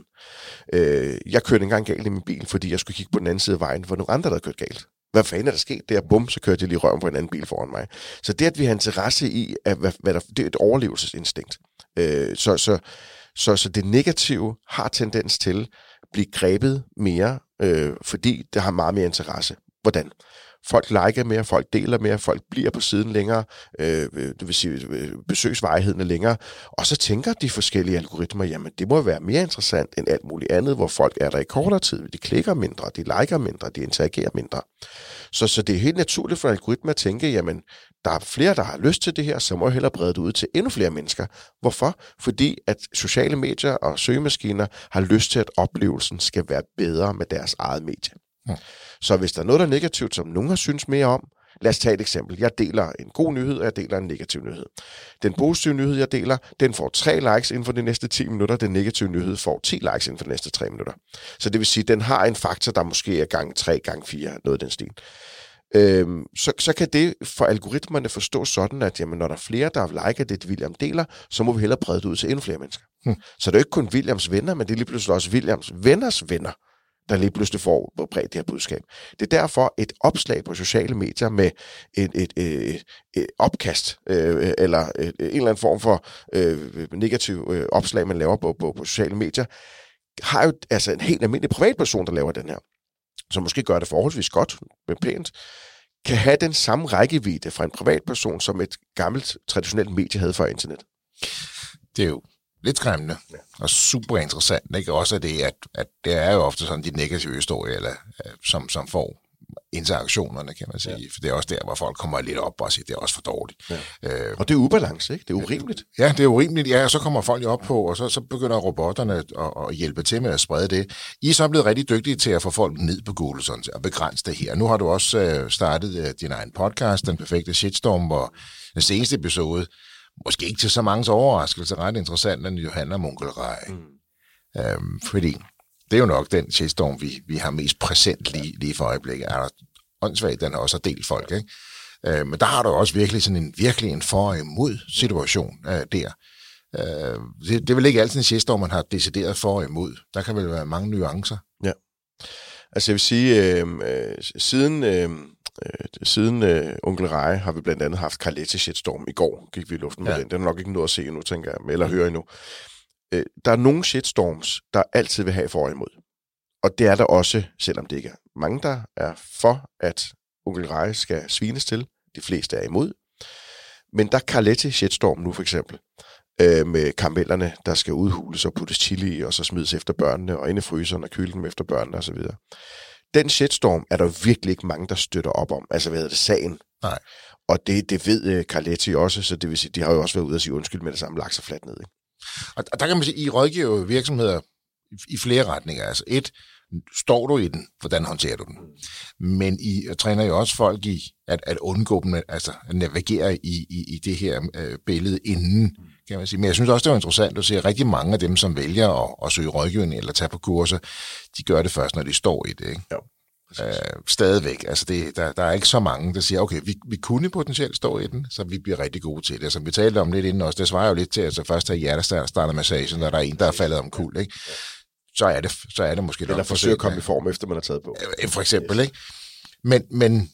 Øh, jeg kørte engang galt i min bil, fordi jeg skulle kigge på den anden side af vejen, hvor nogle andre, der havde kørt galt. Hvad fanden er der sket der? Bum, så kørte jeg lige røven på en anden bil foran mig. Så det, at vi har interesse i, at, hvad, hvad der, det er et overlevelsesinstinkt. Øh, så, så, så, så det negative har tendens til at blive grebet mere, øh, fordi det har meget mere interesse. Hvordan? Folk liker mere, folk deler mere, folk bliver på siden længere, øh, det vil sige besøgsvarigheden er længere, og så tænker de forskellige algoritmer, jamen det må være mere interessant end alt muligt andet, hvor folk er der i kortere tid, de klikker mindre, de liker mindre, de interagerer mindre. Så, så det er helt naturligt for algoritmer at tænke, jamen der er flere, der har lyst til det her, så må jeg hellere brede det ud til endnu flere mennesker. Hvorfor? Fordi at sociale medier og søgemaskiner har lyst til, at oplevelsen skal være bedre med deres eget medie. Hmm. Så hvis der er noget, der er negativt, som nogen har synes mere om, lad os tage et eksempel. Jeg deler en god nyhed, og jeg deler en negativ nyhed. Den positive nyhed, jeg deler, den får tre likes inden for de næste ti minutter. Den negative nyhed får ti likes inden for de næste tre minutter. Så det vil sige, at den har en faktor, der måske er gang tre, gang fire, noget af den stil. Øhm, så, så kan det for algoritmerne forstå sådan, at jamen, når der er flere, der liker det, William deler, så må vi hellere brede det ud til endnu flere mennesker. Hmm. Så det er ikke kun Williams venner, men det er lige pludselig også Williams venners venner, der lige pludselig får bredt det her budskab. Det er derfor et opslag på sociale medier med et, et, et, et opkast, øh, eller et, en eller anden form for øh, negativ øh, opslag, man laver på, på, på sociale medier, har jo altså en helt almindelig privatperson, der laver den her, som måske gør det forholdsvis godt, men pænt, kan have den samme rækkevidde fra en privatperson, som et gammelt, traditionelt medie havde før internet. Det er jo lidt skræmmende, ja. Og super interessant, ikke? Også det, at, at det er jo ofte sådan de negative historier, eller, som, som får interaktionerne, kan man sige. Ja. For det er også der, hvor folk kommer lidt op og siger, det er også for dårligt. Ja. Øh, og det er ubalance, ikke? Det er urimeligt. Ja, det er urimeligt. Ja, og så kommer folk jo op på, og så, så begynder robotterne at, at hjælpe til med at sprede det. I er så blevet rigtig dygtige til at få folk ned på Google, sådan, og begrænse det her. Nu har du også øh, startet øh, din egen podcast, Den Perfekte Shitstorm, hvor den seneste episode, måske ikke til så mange overraskelse, ret interessant, men jo handler om Onkel Rej. Mm. Øhm, fordi det er jo nok den shitstorm, vi, vi har mest præsent lige, lige for øjeblikket. Er der åndssvagt, den har også delt folk, ikke? Øh, men der har du også virkelig sådan en, virkelig en for- og imod situation øh, der. Øh, det, det er vel ikke altid en shitstorm, man har decideret for og imod. Der kan vel være mange nuancer. Ja. Altså jeg vil sige, øh, øh, siden, øh, øh, siden øh, Onkel Rej har vi blandt andet haft Carletti shitstorm. I går gik vi i luften med ja. den. Den er nok ikke noget at se endnu, tænker jeg, eller høre endnu. Øh, der er nogle shitstorms, der altid vil have for og imod. Og det er der også, selvom det ikke er mange, der er for, at Onkel Rej skal svines til. De fleste er imod. Men der er Carletti shitstorm nu for eksempel, øh, med karamellerne, der skal udhules og puttes chili i, og så smides efter børnene, og inde i fryseren og køle dem efter børnene osv. Den shitstorm er der virkelig ikke mange, der støtter op om. Altså, hvad hedder det, sagen? Nej. Og det, det ved uh, Carletti også, så det vil sige, de har jo også været ude at sige undskyld med det samme, lagt sig fladt ned. Ikke? Og der kan man sige, I rådgiver virksomheder i flere retninger. Altså et, står du i den, hvordan håndterer du den? Men I træner jo også folk i at, at undgå dem, altså at navigere i, i, i det her øh, billede inden, kan man sige. Men jeg synes også, det er interessant, at se, at rigtig mange af dem, som vælger at, at søge rådgivning eller tage på kurser, de gør det først, når de står i det, ikke? Jo. Øh, stadigvæk. Altså det, der, der er ikke så mange, der siger, okay, vi, vi kunne potentielt stå i den, så vi bliver rigtig gode til det. Som vi talte om lidt inden også, det svarer jo lidt til, at så først have hjertestartermassagen, når der er en, der er faldet omkuld, ikke? Så er det, så er det måske... Eller forsøge at komme i form, efter man har taget på. For eksempel, ikke? Men, men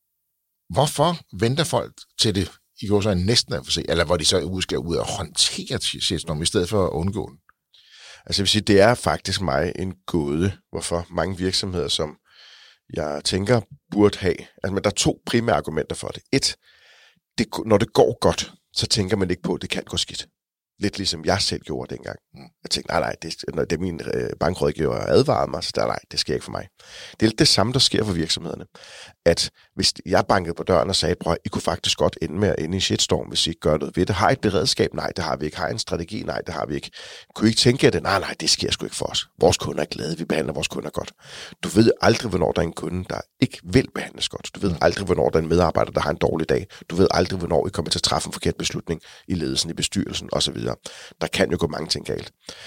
hvorfor venter folk til det, i går så næsten at få se, eller hvor de så skal ud og håndtere shitstorm, i stedet for at undgå den? Altså jeg vil sige, det er faktisk mig en gåde, hvorfor mange virksomheder, som jeg tænker burde have... Altså, men der er to primære argumenter for det. Et, det, når det går godt, så tænker man ikke på, at det kan gå skidt. Lidt ligesom jeg selv gjorde dengang. Jeg tænkte, nej, nej, det, når det er min øh, bankrådgiver advaret mig, så der, nej, det sker ikke for mig. Det er lidt det samme, der sker for virksomhederne. At hvis jeg bankede på døren og sagde, prøv, I kunne faktisk godt ende med at ende i en shitstorm, hvis I ikke gør noget ved det. Har I et beredskab? Nej, det har vi ikke. Har I en strategi? Nej, det har vi ikke. Kunne I ikke tænke jer det? Nej, nej, det sker sgu ikke for os. Vores kunder er glade, vi behandler vores kunder godt. Du ved aldrig, hvornår der er en kunde, der ikke vil behandles godt. Du ved aldrig, hvornår der er en medarbejder, der har en dårlig dag. Du ved aldrig, hvornår I kommer til at træffe en forkert beslutning i ledelsen, i bestyrelsen osv. Der kan jo gå mange ting galt.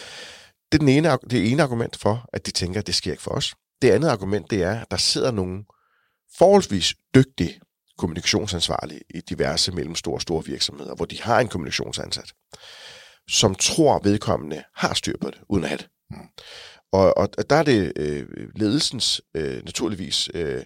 Det er den ene, det ene argument for, at de tænker, at det sker ikke for os. Det andet argument, det er, at der sidder nogle forholdsvis dygtige kommunikationsansvarlige i diverse mellemstore og store virksomheder, hvor de har en kommunikationsansat, som tror, vedkommende har styr på det, uden at have det. Mm. Og, og der er det øh, ledelsens øh, naturligvis øh,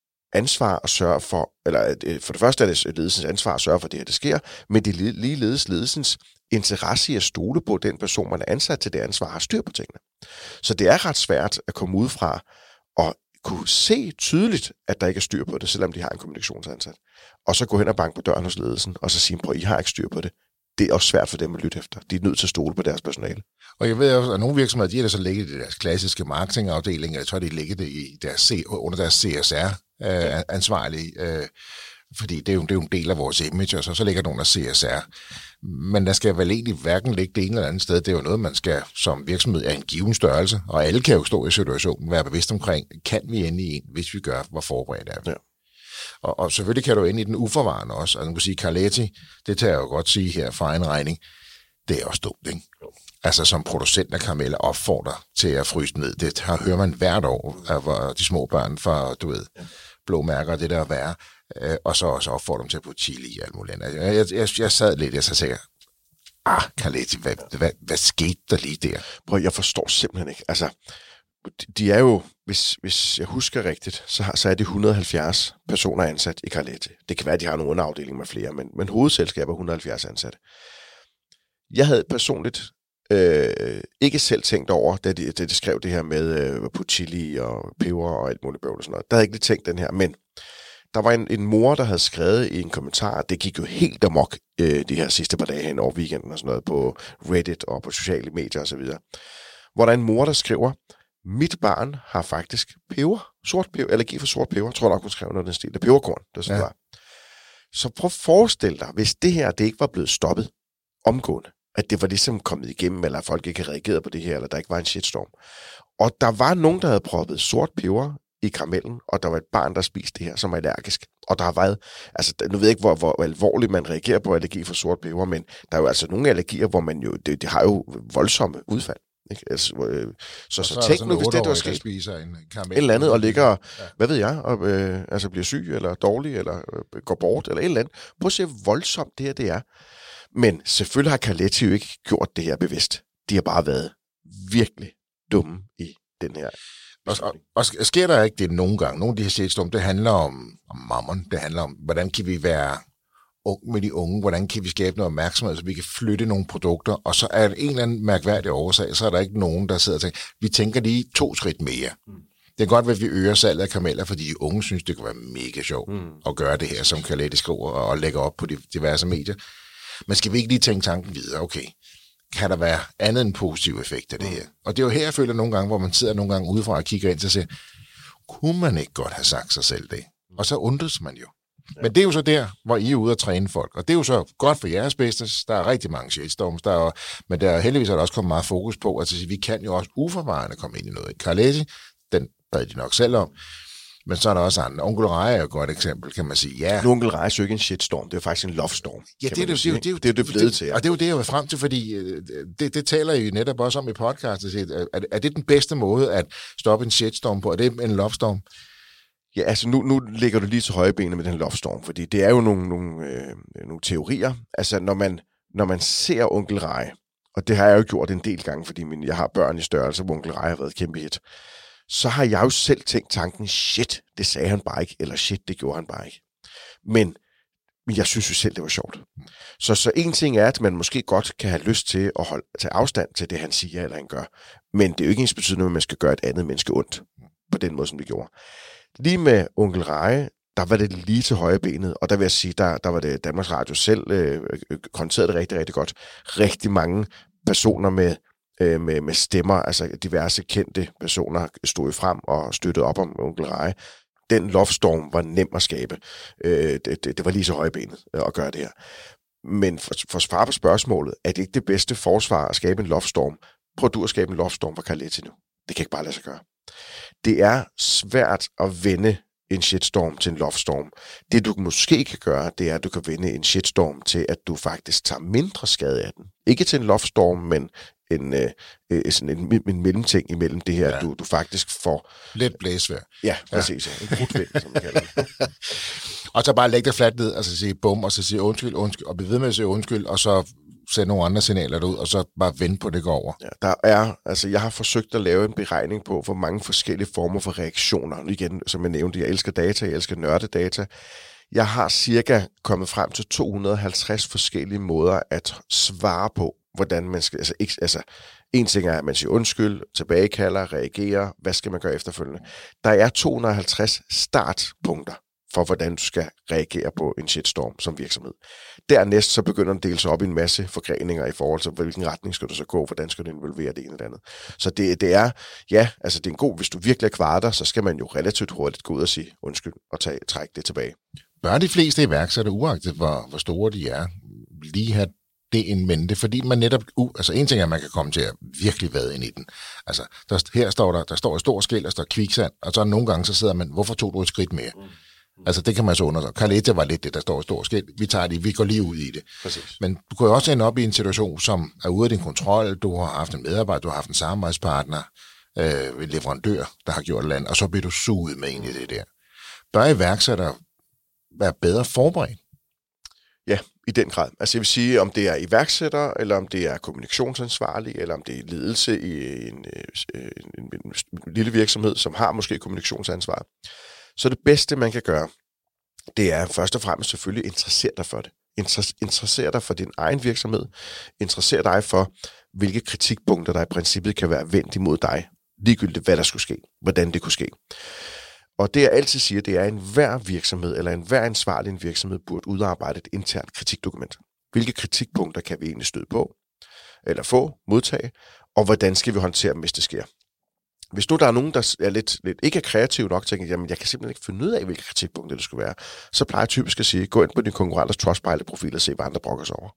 ansvar at sørge for, eller øh, for det første er det ledelsens ansvar at sørge for, at det her det sker, men det er ligeledes ledelsens interesse i at stole på, at den person, man er ansat til det ansvar, har styr på tingene. Så det er ret svært at komme ud fra og kunne se tydeligt, at der ikke er styr på det, selvom de har en kommunikationsansat. Og så gå hen og banke på døren hos ledelsen, og så sige, prøv, I har ikke styr på det. Det er også svært for dem at lytte efter. De er nødt til at stole på deres personale. Og jeg ved også, at nogle virksomheder, de har da så ligget i deres klassiske marketingafdeling, jeg tror, de ligger det i deres, under deres C S R-ansvarlige, øh, fordi det er, jo, det er jo en del af vores image, og så, så ligger der under C S R. Men der skal vel egentlig hverken ligge det ene eller andet sted. Det er jo noget, man skal som virksomhed af en given størrelse, og alle kan jo stå i situationen, være bevidst omkring, kan vi ende i en, hvis vi gør, hvor forberedt er vi. Ja. Og, og selvfølgelig kan du ende i den uforvarende også. Altså, man kan sige, Carletti, det tager jeg jo godt sige her fra en regning, det er også dumt, ikke? Jo. Altså som producent af karameller opfordrer til at fryse ned. Det her hører man hvert år, hvor de små børn får, du ved, ja. blå mærker, det der er værre, øh, og så også opfordrer dem til at putte chili i alt muligt. Jeg, jeg, jeg, jeg sad lidt, og så sagde jeg, ah, Carletti, hvad, hvad, hvad, hvad skete der lige der? Prøv, jeg forstår simpelthen ikke. Altså, de er jo, hvis, hvis jeg husker rigtigt, så, har, så er det et hundrede og halvfjerds personer ansat i Carletti. Det kan være, at de har nogle underafdelinger med flere, men, men hovedselskabet er et hundrede og halvfjerds ansatte. Jeg havde personligt øh, ikke selv tænkt over, da de, da de skrev det her med øh, på chili og peber og alt muligt bøvl og sådan noget. Der havde jeg ikke lige tænkt den her, men der var en, en mor, der havde skrevet i en kommentar, det gik jo helt amok øh, de her sidste par dage hen over weekenden og sådan noget, på Reddit og på sociale medier og så videre, hvor der er en mor, der skriver, mit barn har faktisk peber, sort peber, allergi for sort peber, jeg tror nok, hun skrev noget den stil, det er peberkorn, det er sådan, ja. var. Så prøv at forestille dig, hvis det her, det ikke var blevet stoppet omgående, at det var ligesom kommet igennem, eller folk ikke havde reageret på det her, eller der ikke var en shitstorm. Og der var nogen, der havde proppet sort peber i karamellen, og der var et barn, der spiste det her, som er allergisk. Og der har været, altså nu ved jeg ikke, hvor, hvor alvorligt man reagerer på allergi for sort peber, men der er jo altså nogle allergier, hvor man jo, det, det har jo voldsomme udfald. Ikke? Altså, øh, så, så, så tænk nu, hvis det, det var sket, en et eller andet, og ligger, ja. hvad ved jeg, og øh, altså bliver syg, eller dårlig, eller øh, går bort, eller et eller andet. Prøv at se, hvor voldsomt det her det er. Men selvfølgelig har Carletti jo ikke gjort det her bevidst. De har bare været virkelig dumme i den her. Og, og, og sker der ikke det nogle gange? Nogle af de her shitstorm, det handler om, om mammon, det handler om, hvordan kan vi være ung med de unge, hvordan kan vi skabe noget opmærksomhed, så vi kan flytte nogle produkter, og så er det en eller anden mærkværdig årsag, så er der ikke nogen, der sidder og tænker, vi tænker lige to skridt mere. Mm. Det kan godt være, at vi øger salget af karameller, fordi de unge synes, det kan være mega sjovt mm. at gøre det her, som Carletti skriver og lægger op på de diverse medier. Men skal vi ikke lige tænke tanken videre? Okay, kan der være andet end positiv effekt af det her? Og det er jo her, jeg føler nogle gange, hvor man sidder nogle gange udefra og kigger ind og siger, kunne man ikke godt have sagt sig selv det? Og så undres man jo. Ja. Men det er jo så der, hvor I er ude at træne folk. Og det er jo så godt for jeres business. Der er rigtig mange shitstorms. Der er, men der er heldigvis er der også kommet meget fokus på, at vi kan jo også uforvarende komme ind i noget. Carletti, den bad de nok selv om. Men så er der også andre. Onkel Reje er jo et godt eksempel, kan man sige. Ja. Nu Onkel Reje er jo ikke en shitstorm, det er jo faktisk en love storm. Ja, det er det, det, det, det, det er det blevet til. Ja. Og det er jo det, jeg vil frem til, fordi det, det taler I jo netop også om i podcastet. Er, er det den bedste måde at stoppe en shitstorm på? Er det en love storm? Ja, altså nu, nu ligger du lige til højre benet med den love storm, fordi det er jo nogle, nogle, øh, nogle teorier. Altså når man, når man ser Onkel Reje, og det har jeg jo gjort en del gange, fordi min, jeg har børn i størrelse, hvor Onkel Reje har været et kæmpe hit, så har jeg jo selv tænkt tanken, shit, det sagde han bare ikke, eller shit, det gjorde han bare ikke. Men, men jeg synes jo selv, det var sjovt. Så, så en ting er, at man måske godt kan have lyst til at holde, tage afstand til det, han siger eller han gør. Men det er jo ikke ens betydende, at man skal gøre et andet menneske ondt på den måde, som det gjorde. Lige med Onkel Reje, der var det lige til højre benet, og der vil jeg sige, der, der var det Danmarks Radio selv øh, konterede det rigtig, rigtig godt. Rigtig mange personer med Med, med stemmer, altså diverse kendte personer stod frem og støttede op om Onkel Reje. Den love storm var nem at skabe. Øh, det, det, det var lige så højbenet at gøre det her. Men for, for at svare på spørgsmålet, er det ikke det bedste forsvar at skabe en love storm? Prøv du at skabe en love storm for Carletti nu. Det kan ikke bare lade sig gøre. Det er svært at vende en shitstorm til en love storm. Det du måske kan gøre, det er, at du kan vende en shitstorm til, at du faktisk tager mindre skade af den. Ikke til en love storm, men en, øh, sådan en, en mellemting imellem det her, ja. du, du faktisk får... Lidt blæsvær. Ja, præcis. Ja. En brudvind, som man kalder det. Og så bare lægge det fladt ned, og så sige bum, og så sige undskyld, undskyld, og blive ved med at sige undskyld, og så sende nogle andre signaler derud, og så bare vente på, det går over. Ja, der er, altså jeg har forsøgt at lave en beregning på, hvor mange forskellige former for reaktioner. Nu igen, som jeg nævnte, jeg elsker data, jeg elsker nørdedata. Jeg har cirka kommet frem til to hundrede og halvtreds forskellige måder at svare på, hvordan man skal, altså, ikke, altså en ting er, at man siger undskyld, tilbagekalder, reagerer, hvad skal man gøre efterfølgende. Der er to hundrede og halvtreds startpunkter for, hvordan du skal reagere på en shitstorm som virksomhed. Dernæst så begynder den at dele sig op i en masse forgreninger i forhold til, hvilken retning skal du så gå, hvordan skal du involvere det ene eller andet. Så det, det er, ja, altså det er en god, hvis du virkelig er kvarter, så skal man jo relativt hurtigt gå ud og sige undskyld og tage, trække det tilbage. Bør de fleste iværksættere, uagtet hvor, hvor store de er, lige have det en mente, fordi man netop, uh, altså en ting er, at man kan komme til at virkelig vade ind i den. Altså, der, her står der, der står et stort skilt, der står kviksand, og så nogle gange så sidder man, hvorfor tog du et skridt mere? Mm. Mm. Altså, det kan man så undersøge. Carletti var lidt det, der står et stort skilt, vi tager det, vi går lige ud i det. Præcis. Men du kan jo også ende op i en situation, som er ude af din kontrol, du har haft en medarbejder, du har haft en samarbejdspartner, øh, en leverandør, der har gjort et eller andet, og så bliver du suget med ind i det der. Bør iværksættere være bedre forberedt? Ja, i den grad. Altså jeg vil sige, om det er iværksætter, eller om det er kommunikationsansvarlig, eller om det er ledelse i en, en, en, en lille virksomhed, som har måske kommunikationsansvar. Så det bedste, man kan gøre, det er først og fremmest selvfølgelig interessere dig for det. Interessere dig for din egen virksomhed. Interessere dig for, hvilke kritikpunkter, der i princippet kan være vendt imod dig. Ligegyldigt, hvad der skulle ske. Hvordan det kunne ske. Og det jeg altid siger, det er, at enhver virksomhed, eller enhver ansvarlig en virksomhed, burde udarbejde et internt kritikdokument. Hvilke kritikpunkter kan vi egentlig støde på, eller få, modtage, og hvordan skal vi håndtere dem, hvis det sker? Hvis nu der er nogen, der er lidt, lidt ikke er kreativ nok, tænker, jamen jeg kan simpelthen ikke finde ud af, hvilke kritikpunkter det skulle være, så plejer jeg typisk at sige, gå ind på din konkurrenters Trustpilot-profil og se, hvad andre brokker sig over.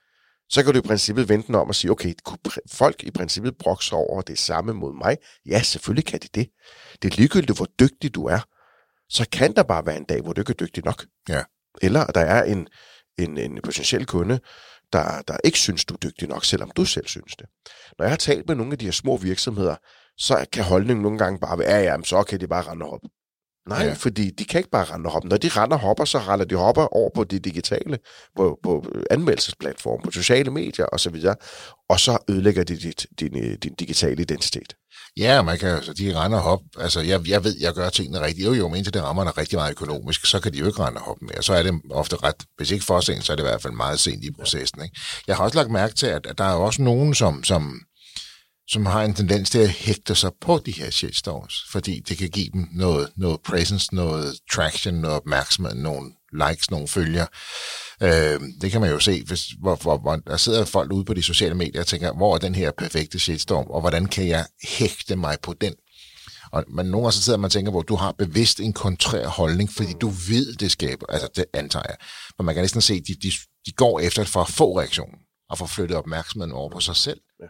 Så kan du i princippet vente den om og sige, okay, kunne folk i princippet brokke sig over det samme mod mig? Ja, selvfølgelig kan de det. Det er ligegyldigt, hvor dygtig du er. Så kan der bare være en dag, hvor du ikke er dygtig nok. Ja. Eller der er en, en, en potentiel kunde, der, der ikke synes, du er dygtig nok, selvom du selv synes det. Når jeg har talt med nogle af de her små virksomheder, så kan holdningen nogle gange bare være, ja, ja, så kan de bare rende og hoppe. Nej, ja. Fordi de kan ikke bare rende og hoppe. Når de render og hopper, så render de hopper over på det digitale, på, på anmeldelsesplatform, på sociale medier osv., og så ødelægger de dit, din, din digitale identitet. Ja, man kan altså, de render og hoppe. Altså, jeg, jeg ved, jeg gør tingene rigtigt. Jo, jo, men indtil det rammer er rigtig meget økonomisk, så kan de jo ikke rende og hoppe mere. Så er det ofte ret, hvis ikke for sent, så er det i hvert fald meget sent i processen. Ikke? Jeg har også lagt mærke til, at, at der er også nogen, som, som, som har en tendens til at hægte sig på de her shitstorms, fordi det kan give dem noget, noget presence, noget traction, noget opmærksomhed, nogle likes, nogle følger. Øh, det kan man jo se, hvis, hvor, hvor, hvor der sidder folk ude på de sociale medier og tænker, hvor er den her perfekte shitstorm, og hvordan kan jeg hægte mig på den? Og, men nogle gange så sidder man og tænker, hvor du har bevidst en kontrær holdning, fordi du ved, det skaber, altså det antager jeg. Men man kan næsten se, at de, de, de går efter for at få reaktionen, og få flyttet opmærksomheden over på sig selv. Ja.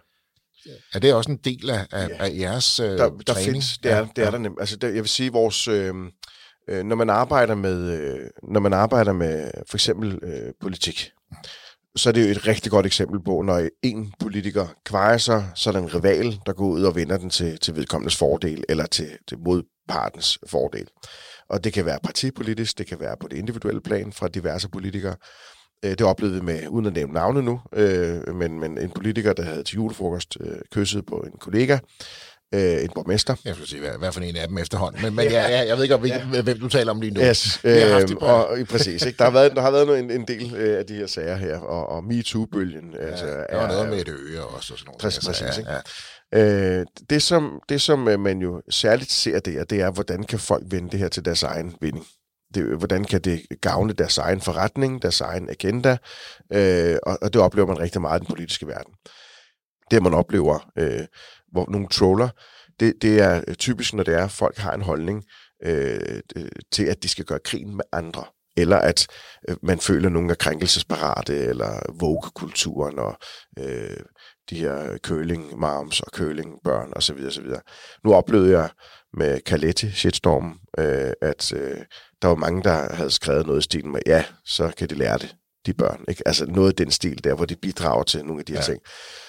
Er det også en del af, af, ja. af jeres øh, der, der træning? Findes, det er, det er ja. der nemt. Altså, der, jeg vil sige, vores... Øh, øh, når man arbejder med, øh, når man arbejder med for eksempel øh, politik, så er det jo et rigtig godt eksempel på, når en politiker kvarer sig, så er der en rival, der går ud og vinder den til, til vedkommendes fordel, eller til, til modpartens fordel. Og det kan være partipolitisk, det kan være på det individuelle plan fra diverse politikere. Det oplevede vi med, uden at nævne navne nu, øh, men, men en politiker, der havde til julefrokost øh, kysset på en kollega, øh, en borgmester. Jeg skulle sige, hvad, hvad for en af dem efterhånden, men, men ja, ja, jeg ved ikke, om, ja. hvem du taler om lige nu. Yes, øh, og, og præcis. Ikke? Der har været, der har været en, en del øh, af de her sager her, og, og MeToo-bølgen. Ja, altså, der var noget med et øre også, og sådan noget. Præcis, altså, præcis. Ja, ja. Øh, det, som, det, som man jo særligt ser der, det er, hvordan kan folk vende det her til deres egen vinding. Det, hvordan kan det gavne deres egen forretning, deres egen agenda, øh, og, og det oplever man rigtig meget i den politiske verden. Det, man oplever, øh, hvor nogle troller, det, det er typisk, når det er, at folk har en holdning øh, til, at de skal gøre krigen med andre, eller at øh, man føler, at nogen er krænkelsesparate, eller woke-kulturen, og øh, de her curling moms og curling børn osv. osv. Nu oplevede jeg med Caletti shitstormen, øh, at øh, der var mange, der havde skrevet noget i stilen med, ja, så kan de lære det, de børn. Ikke? Altså noget af den stil der, hvor de bidrager til nogle af de her ja. ting.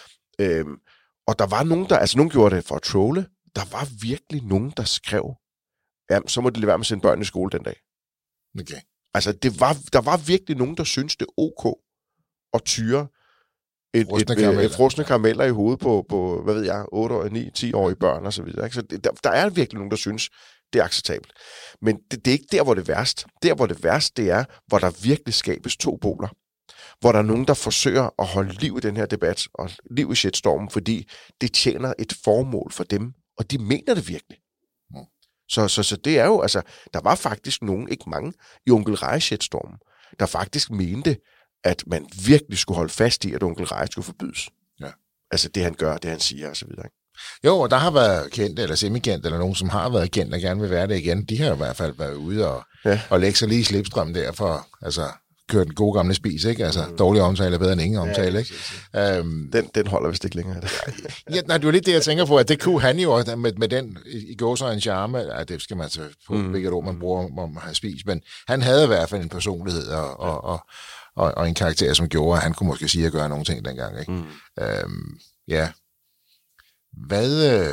Øhm, og der var nogen, der, altså nogen gjorde det for at trolle. Der var virkelig nogen, der skrev, ja, så må de lade være med at sende børn i skole den dag. Okay. Altså det var, der var virkelig nogen, der syntes det ok at tyre et, frosne et, karameller. et frosne karameller i hovedet på, på, hvad ved jeg, otte, ni, ti-årige børn og så videre. Ikke? Så det, der, der er virkelig nogen, der synes, det er acceptabelt. Men det, det er ikke der, hvor det er værst. Der, hvor det er værst, det er, hvor der virkelig skabes to poler. Hvor der er nogen, der forsøger at holde liv i den her debat, og liv i shitstormen, fordi det tjener et formål for dem, og de mener det virkelig. Mm. Så, så, så det er jo, altså, der var faktisk nogen, ikke mange, i Onkel Rej shitstormen, der faktisk mente, at man virkelig skulle holde fast i, at Onkel Rej skulle forbydes. Ja. Altså det, han gør, det han siger, og så videre. Jo, og der har været kendt, eller semikendte, eller nogen, som har været kendt og gerne vil være det igen. De har i hvert fald været ude og, ja. og lægge sig lige i slipstrøm der for, altså, køre den gode gamle spis, ikke? Altså, mm. dårlig omtale er bedre end ingen omtale, ja, ikke? Ja. Um, den, den holder vist ikke længere. ja, nej, det er jo lidt det, jeg tænker på, at det kunne han jo med, med den, i går så en charme, at det skal man så på, mm. hvilket ord man bruger om at have spis, men han havde i hvert fald en personlighed og, og, og, og, og en karakter, som gjorde, at han kunne måske sige at gøre nogle ting dengang, ikke? Mm. Um, ja. Hvad, øh,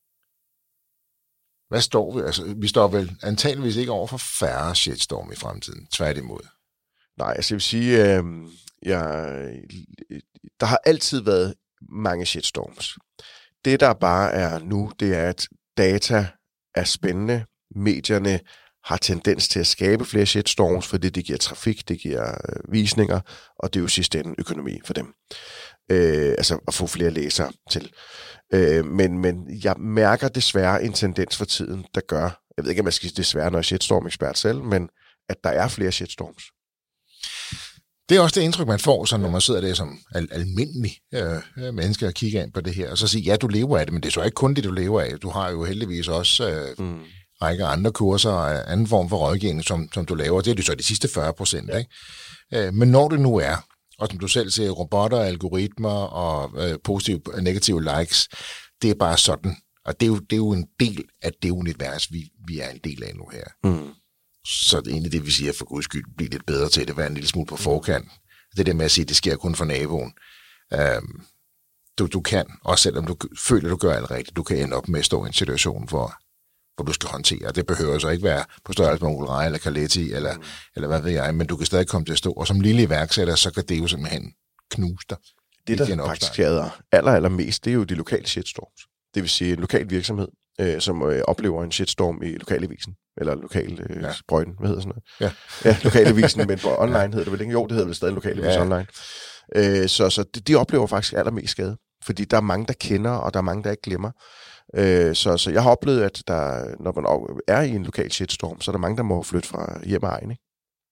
hvad står vi? Altså, vi står vel antageligvis ikke over for færre shitstorm i fremtiden, tværtimod. Nej, altså jeg vil sige, øh, jeg, der har altid været mange shitstorms. Det, der bare er nu, det er, at data er spændende. Medierne har tendens til at skabe flere shitstorms, fordi det giver trafik, det giver øh, visninger, og det er jo sidste ende økonomi for dem. Øh, altså at få flere læsere til. Øh, men, men jeg mærker desværre en tendens for tiden, der gør, jeg ved ikke, om jeg skal desværre, når jeg er shitstorm-ekspert selv, men at der er flere shitstorms. Det er også det indtryk, man får, så når man sidder der som al- almindelig øh, menneske og kigger ind på det her, og så siger, ja, du lever af det, men det er så ikke kun det, du lever af. Du har jo heldigvis også øh, mm. række andre kurser og anden form for rådgivning, som, som du laver. Det er det så de sidste fyrre procent, ikke? Øh, men når det nu er, og som du selv siger, robotter, algoritmer og øh, positive og negative likes, det er bare sådan. Og det er jo, det er jo en del af det univers, vi, vi er en del af nu her. Mm. Så det er egentlig det, vi siger, for guds skyld, blive lidt bedre til det, være en lille smule på forkant. Det der med at sige, det sker kun for naboen. Um, du, du kan, også selvom du føler, du gør alt rigtigt, du kan ende op med at stå i en situation, hvor, hvor du skal håndtere. Det behøver så ikke være på størrelse med Onkel eller Carletti, eller, mm. eller hvad ved jeg, men du kan stadig komme til at stå. Og som lille iværksætter, så kan det jo simpelthen knuse dig. Det, der faktisk skader aller, aller mest, det er jo de lokale shitstorms. Det vil sige en lokal virksomhed, øh, som øh, oplever en shitstorm i lokalavisen, eller lokal øh, ja. sprøjten, hvad hedder sådan noget? Ja, ja lokalavisen, men på online hedder det vel ikke? Jo, det hedder vel stadig lokalavis ja. online. Øh, så så de, de oplever faktisk allermest skade, fordi der er mange, der kender, og der er mange, der ikke glemmer. Øh, så, så jeg har oplevet, at der, når man er i en lokal shitstorm, så er der mange, der må flytte fra hjem og egen, ikke?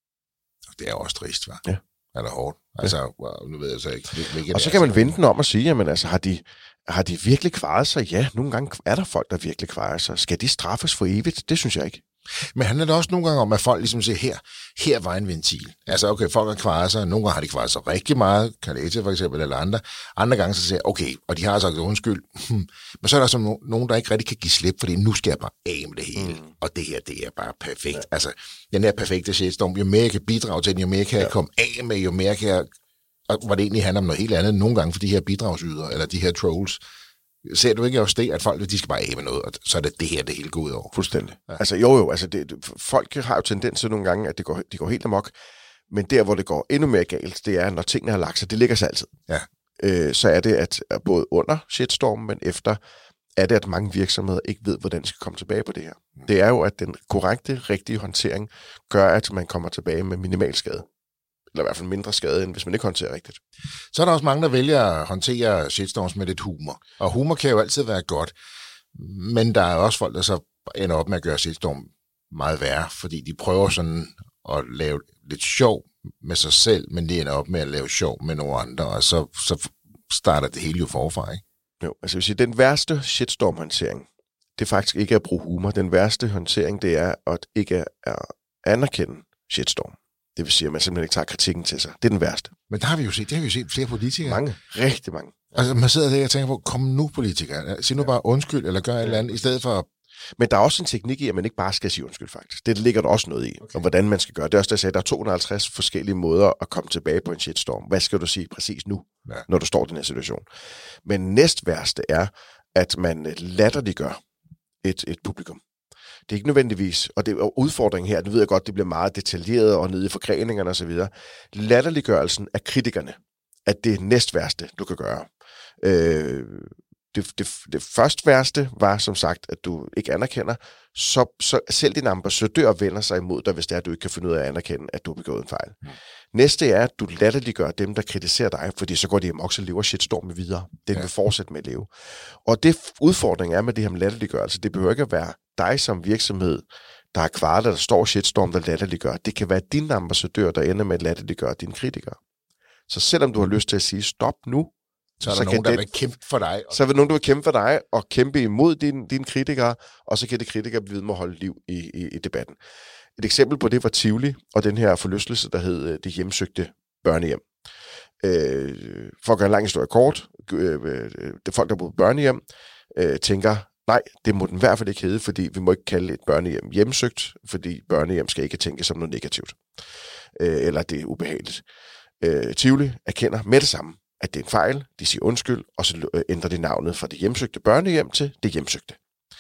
Det er også trist, hva'? Ja. Er det hårdt? Altså, ja. wow, nu ved jeg så ikke. Hvilket og så kan man vende den om og sige, jamen altså, har de, har de virkelig kvaret sig? Ja, nogle gange er der folk, der virkelig kvarer sig. Skal de straffes for evigt? Det synes jeg ikke. Men handler det også nogle gange om, at folk ligesom siger, her, her var en ventil. Altså, okay, folk har kvaret sig. Nogle gange har de kvaret sig rigtig meget. Carletti for eksempel, eller andre. Andre gange så siger okay, og de har sagt undskyld. Hmm. Men så er der så no- nogen, der ikke rigtig kan give slip, fordi nu skal jeg bare af med det hele. Mm. Og det her, det er bare perfekt. Ja. Altså, den her perfekte shitstorm, jo mere jeg kan bidrage til den, jo mere kan jeg ja. komme af med, jo mere kan jeg... Og hvor det egentlig handler om noget helt andet nogle gange for de her bidragsydere, eller de her trolls. Ser du ikke også det, at folk de skal bare af med noget, og så er det det her, det hele går ud over? Fuldstændig. Ja. Altså jo jo, altså det, folk har jo tendens til nogle gange, at det går, de går helt amok, men der, hvor det går endnu mere galt, det er, når tingene har lagt sig, det ligger sig altid. Ja. Øh, så er det, at både under shitstormen, men efter, er det, at mange virksomheder ikke ved, hvordan de skal komme tilbage på det her. Mm. Det er jo, at den korrekte, rigtige håndtering gør, at man kommer tilbage med minimal skade. Eller i hvert fald mindre skade, end hvis man ikke håndterer rigtigt. Så er der også mange, der vælger at håndtere shitstorms med lidt humor. Og humor kan jo altid være godt. Men der er også folk, der så ender op med at gøre shitstorm meget værre, fordi de prøver sådan at lave lidt sjov med sig selv, men de ender op med at lave sjov med nogle andre, og så, så starter det hele jo forfra, ikke? Jo, altså jeg vil sige, den værste shitstorm-håndtering, det er faktisk ikke at bruge humor. Den værste håndtering, det er at ikke at anerkende shitstorm. Det vil sige, at man simpelthen ikke tager kritikken til sig. Det er den værste. Men der har vi jo set, det har vi jo set flere politikere. Mange, rigtig mange. Altså man sidder der og tænker på, kom nu politikere, sig nu bare undskyld, eller gør et eller andet, i stedet for... Men der er også en teknik i, at man ikke bare skal sige undskyld, faktisk. Det ligger der også noget i, okay. Og hvordan man skal gøre. Det er også, der sagde, at der er to hundrede og halvtreds forskellige måder at komme tilbage på en shitstorm. Hvad skal du sige præcis nu, ja. Når du står i den her situation? Men næst værste er, at man latterliggør et, et publikum. Det er ikke nødvendigvis, og det er udfordringen her, det ved jeg godt, det bliver meget detaljeret og nede i forgreningerne osv. Latterliggørelsen af kritikerne, at det er næst værste, du kan gøre. Øh, det, det, det først værste var, som sagt, at du ikke anerkender, så, så selv din ambassadør vender sig imod dig, hvis det er, at du ikke kan finde ud af at anerkende, at du har begået en fejl. Mm. Næste er, at du latterliggør dem, der kritiserer dig, fordi så går de amok, så lever shitstormen videre. Den ja. Vil fortsætte med at leve. Og det udfordring er med det her med latterliggørelse, det behøver ikke at være dig som virksomhed, der har kvaret, der står shitstorm, der latterliggør. Det kan være din ambassadør, der ender med at latterliggøre dine kritikere. Så selvom du har lyst til at sige stop nu, så er der så nogen, der den, vil kæmpe for dig. Så er der nogen, der vil kæmpe for dig og kæmpe imod dine din kritikere, og så kan de kritikere blive ved med at holde liv i, i, i debatten. Et eksempel på det var Tivoli, og den her forlystelse, der hed Det hjemsøgte børnehjem. Øh, for at gøre en lang historie kort, øh, det folk, der boede på børnehjem, øh, tænker, nej, det må den i hvert fald ikke hedde, fordi vi må ikke kalde et børnehjem hjemsøgt, fordi børnehjem skal ikke tænke som noget negativt. Øh, eller det er ubehageligt. Øh, Tivoli erkender med det samme, at det er en fejl, de siger undskyld, og så ændrer de navnet fra det hjemsøgte børnehjem til det hjemsøgte.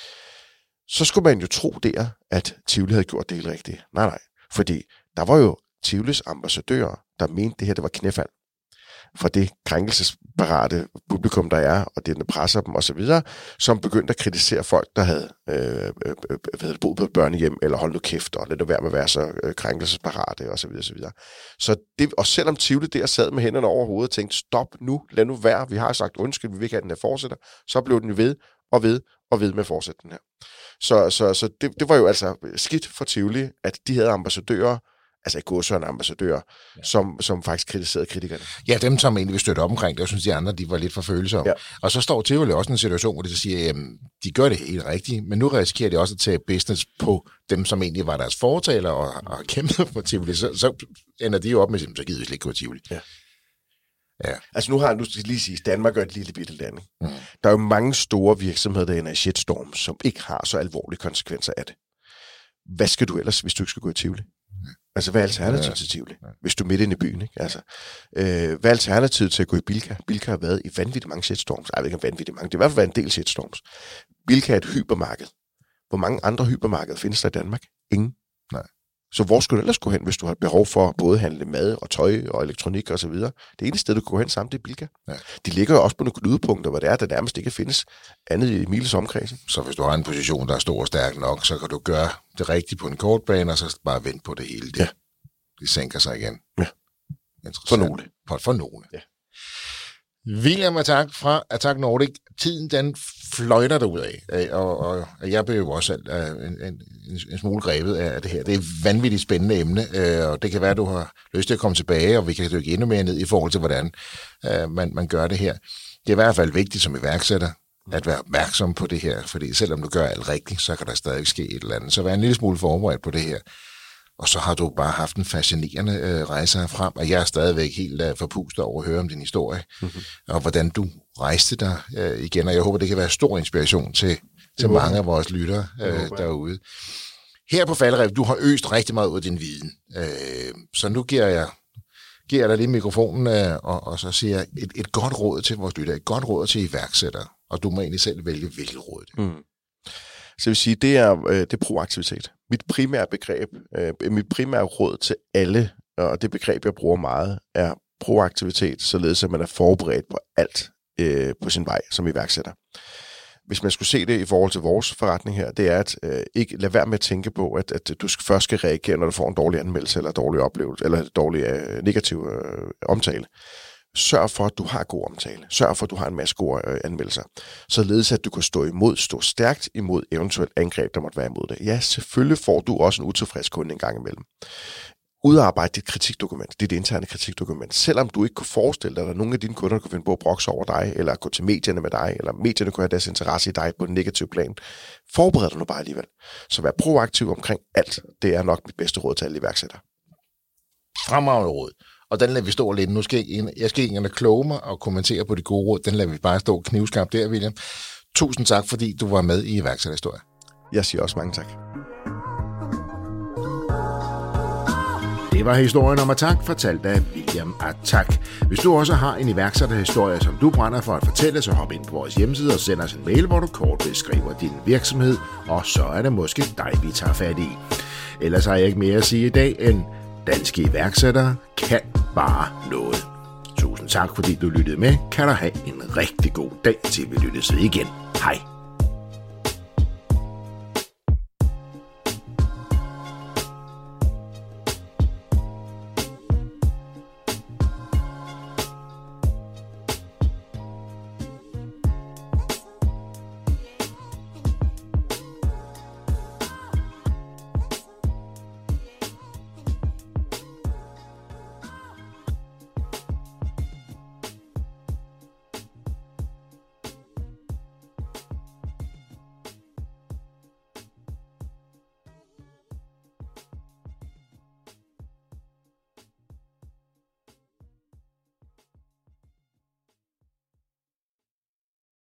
Så skulle man jo tro der, at Tivoli havde gjort det helt rigtigt. Nej, nej, fordi der var jo Tivolis ambassadører, der mente, det her det var knæfald fra det krænkelsesparate publikum, der er, og det, der presser dem osv., som begyndte at kritisere folk, der havde øh, øh, boet på et børnehjem, eller holdt nu kæft, og lad det være med at være så øh, krænkelsesparate osv. osv. Så det, og selvom Tivoli der sad med hænderne over hovedet og tænkte, stop nu, lad nu være, vi har sagt undskyld, vi vil ikke have den her fortsætter, så blev den jo ved og ved og ved med at fortsætte den her. Så, så, så det, det var jo altså skidt for Tivoli, at de havde ambassadører, altså i gåsøjne ambassadører, ja. som, som faktisk kritiserede kritikerne. Ja, dem som egentlig vil støtte op omkring det, jeg synes de andre, de var lidt for følsomme. Ja. Og så står Tivoli også en situation, hvor de så siger, at de gør det helt rigtigt, men nu risikerer de også at tage business på dem, som egentlig var deres fortaler og, og har kæmpet for Tivoli. Så, så ender de jo op med, så gider vi slet ikke gå Tivoli. Ja. Ja. Altså nu har nu skal lige sige, Danmark er et lille bitte land. Mm. Der er jo mange store virksomheder, der ender i shitstorm, som ikke har så alvorlige konsekvenser af det. Hvad skal du ellers, hvis du ikke skal gå i Tivoli? Mm. Altså, hvad er alternativet ja. til Tivoli? Ja. Hvis du er midt inde i byen, ikke? Altså, øh, hvad er alternativet til at gå i Bilka? Bilka har været i vanvittigt mange shitstorms. Jeg ved ikke om vanvittigt mange. Det har i hvert fald været en del shitstorms. Bilka er et hypermarked. Hvor mange andre hypermarkeder findes der i Danmark? Ingen. Nej. Så hvor skulle du ellers gå hen, hvis du har behov for både handle mad og tøj og elektronik og så videre? Det eneste sted, du kan gå hen sammen, det er Bilka. Ja. De ligger jo også på nogle knudepunkter, hvor det er, der nærmest ikke findes andet i miles omkredsen. Så hvis du har en position, der er stor og stærk nok, så kan du gøre det rigtigt på en kort bane, og så bare vente på det hele. Det, ja. det sænker sig igen. Ja. For nogle. For, for nogle. Ja. William Attack fra Attack Nordic. Tiden, den fløjter derudad, og, og, og jeg blev jo også en, en, en smule grebet af det her. Det er et vanvittigt spændende emne, og det kan være, at du har lyst til at komme tilbage, og vi kan dykke endnu mere ned i forhold til, hvordan man, man gør det her. Det er i hvert fald vigtigt som iværksætter, at være opmærksom på det her, fordi selvom du gør alt rigtigt, så kan der stadig ske et eller andet. Så vær en lille smule forberedt på det her. Og så har du bare haft en fascinerende øh, rejse herfrem, og jeg er stadigvæk helt øh, forpustet over at høre om din historie, mm-hmm. og hvordan du rejste dig øh, igen, og jeg håber, det kan være stor inspiration til, til mange af vores lyttere øh, derude. Her på Falderev, du har øst rigtig meget ud af din viden, øh, så nu giver jeg, giver jeg dig lige mikrofonen, øh, og, og så siger jeg et, et godt råd til vores lyttere, et godt råd til iværksættere, og du må egentlig selv vælge, hvilket råd det er. Mm. Så jeg vil sige, det er, øh, det er proaktivitet. Mit primære begreb, øh, mit primære råd til alle, og det begreb, jeg bruger meget, er proaktivitet, således at man er forberedt på alt øh, på sin vej som iværksætter. Hvis man skulle se det i forhold til vores forretning her, det er at øh, ikke lade være med at tænke på, at, at du først skal reagere, når du får en dårlig anmeldelse, eller dårlig oplevelse, eller dårlig øh, negativ øh, omtale. Sørg for, at du har god omtale. Sørg for, at du har en masse gode øh, anmeldelser. Således, at du kan stå imod, stå stærkt imod eventuelt angreb, der måtte være imod det. Ja, selvfølgelig får du også en utilfreds kunde en gang imellem. Udarbejde dit kritikdokument, dit interne kritikdokument. Selvom du ikke kunne forestille dig, at der er nogle af dine kunder, der kunne finde på at brokse over dig, eller gå til medierne med dig, eller medierne kunne have deres interesse i dig på en negativ plan. Forbered dig nu bare alligevel. Så vær proaktiv omkring alt. Det er nok mit bedste råd til alle iværksættere. Fremragende råd. Og den lader vi stå lidt. Nu skal jeg, jeg skal ikke engang kloge mig og kommentere på de gode råd. Den lader vi bare stå knivskarpt der, William. Tusind tak, fordi du var med i iværksætterhistorie. Jeg siger også mange tak. Det var historien om Attack, fortalt af William Attack. Hvis du også har en iværksætterhistorie, som du brænder for at fortælle, så hop ind på vores hjemmeside og send os en mail, hvor du kort beskriver din virksomhed, og så er det måske dig, vi tager fat i. Ellers har jeg ikke mere at sige i dag, end danske iværksættere kan bare noget. Tusind tak, fordi du lyttede med. Kan du have en rigtig god dag, til vi lyttes ved igen. Hej.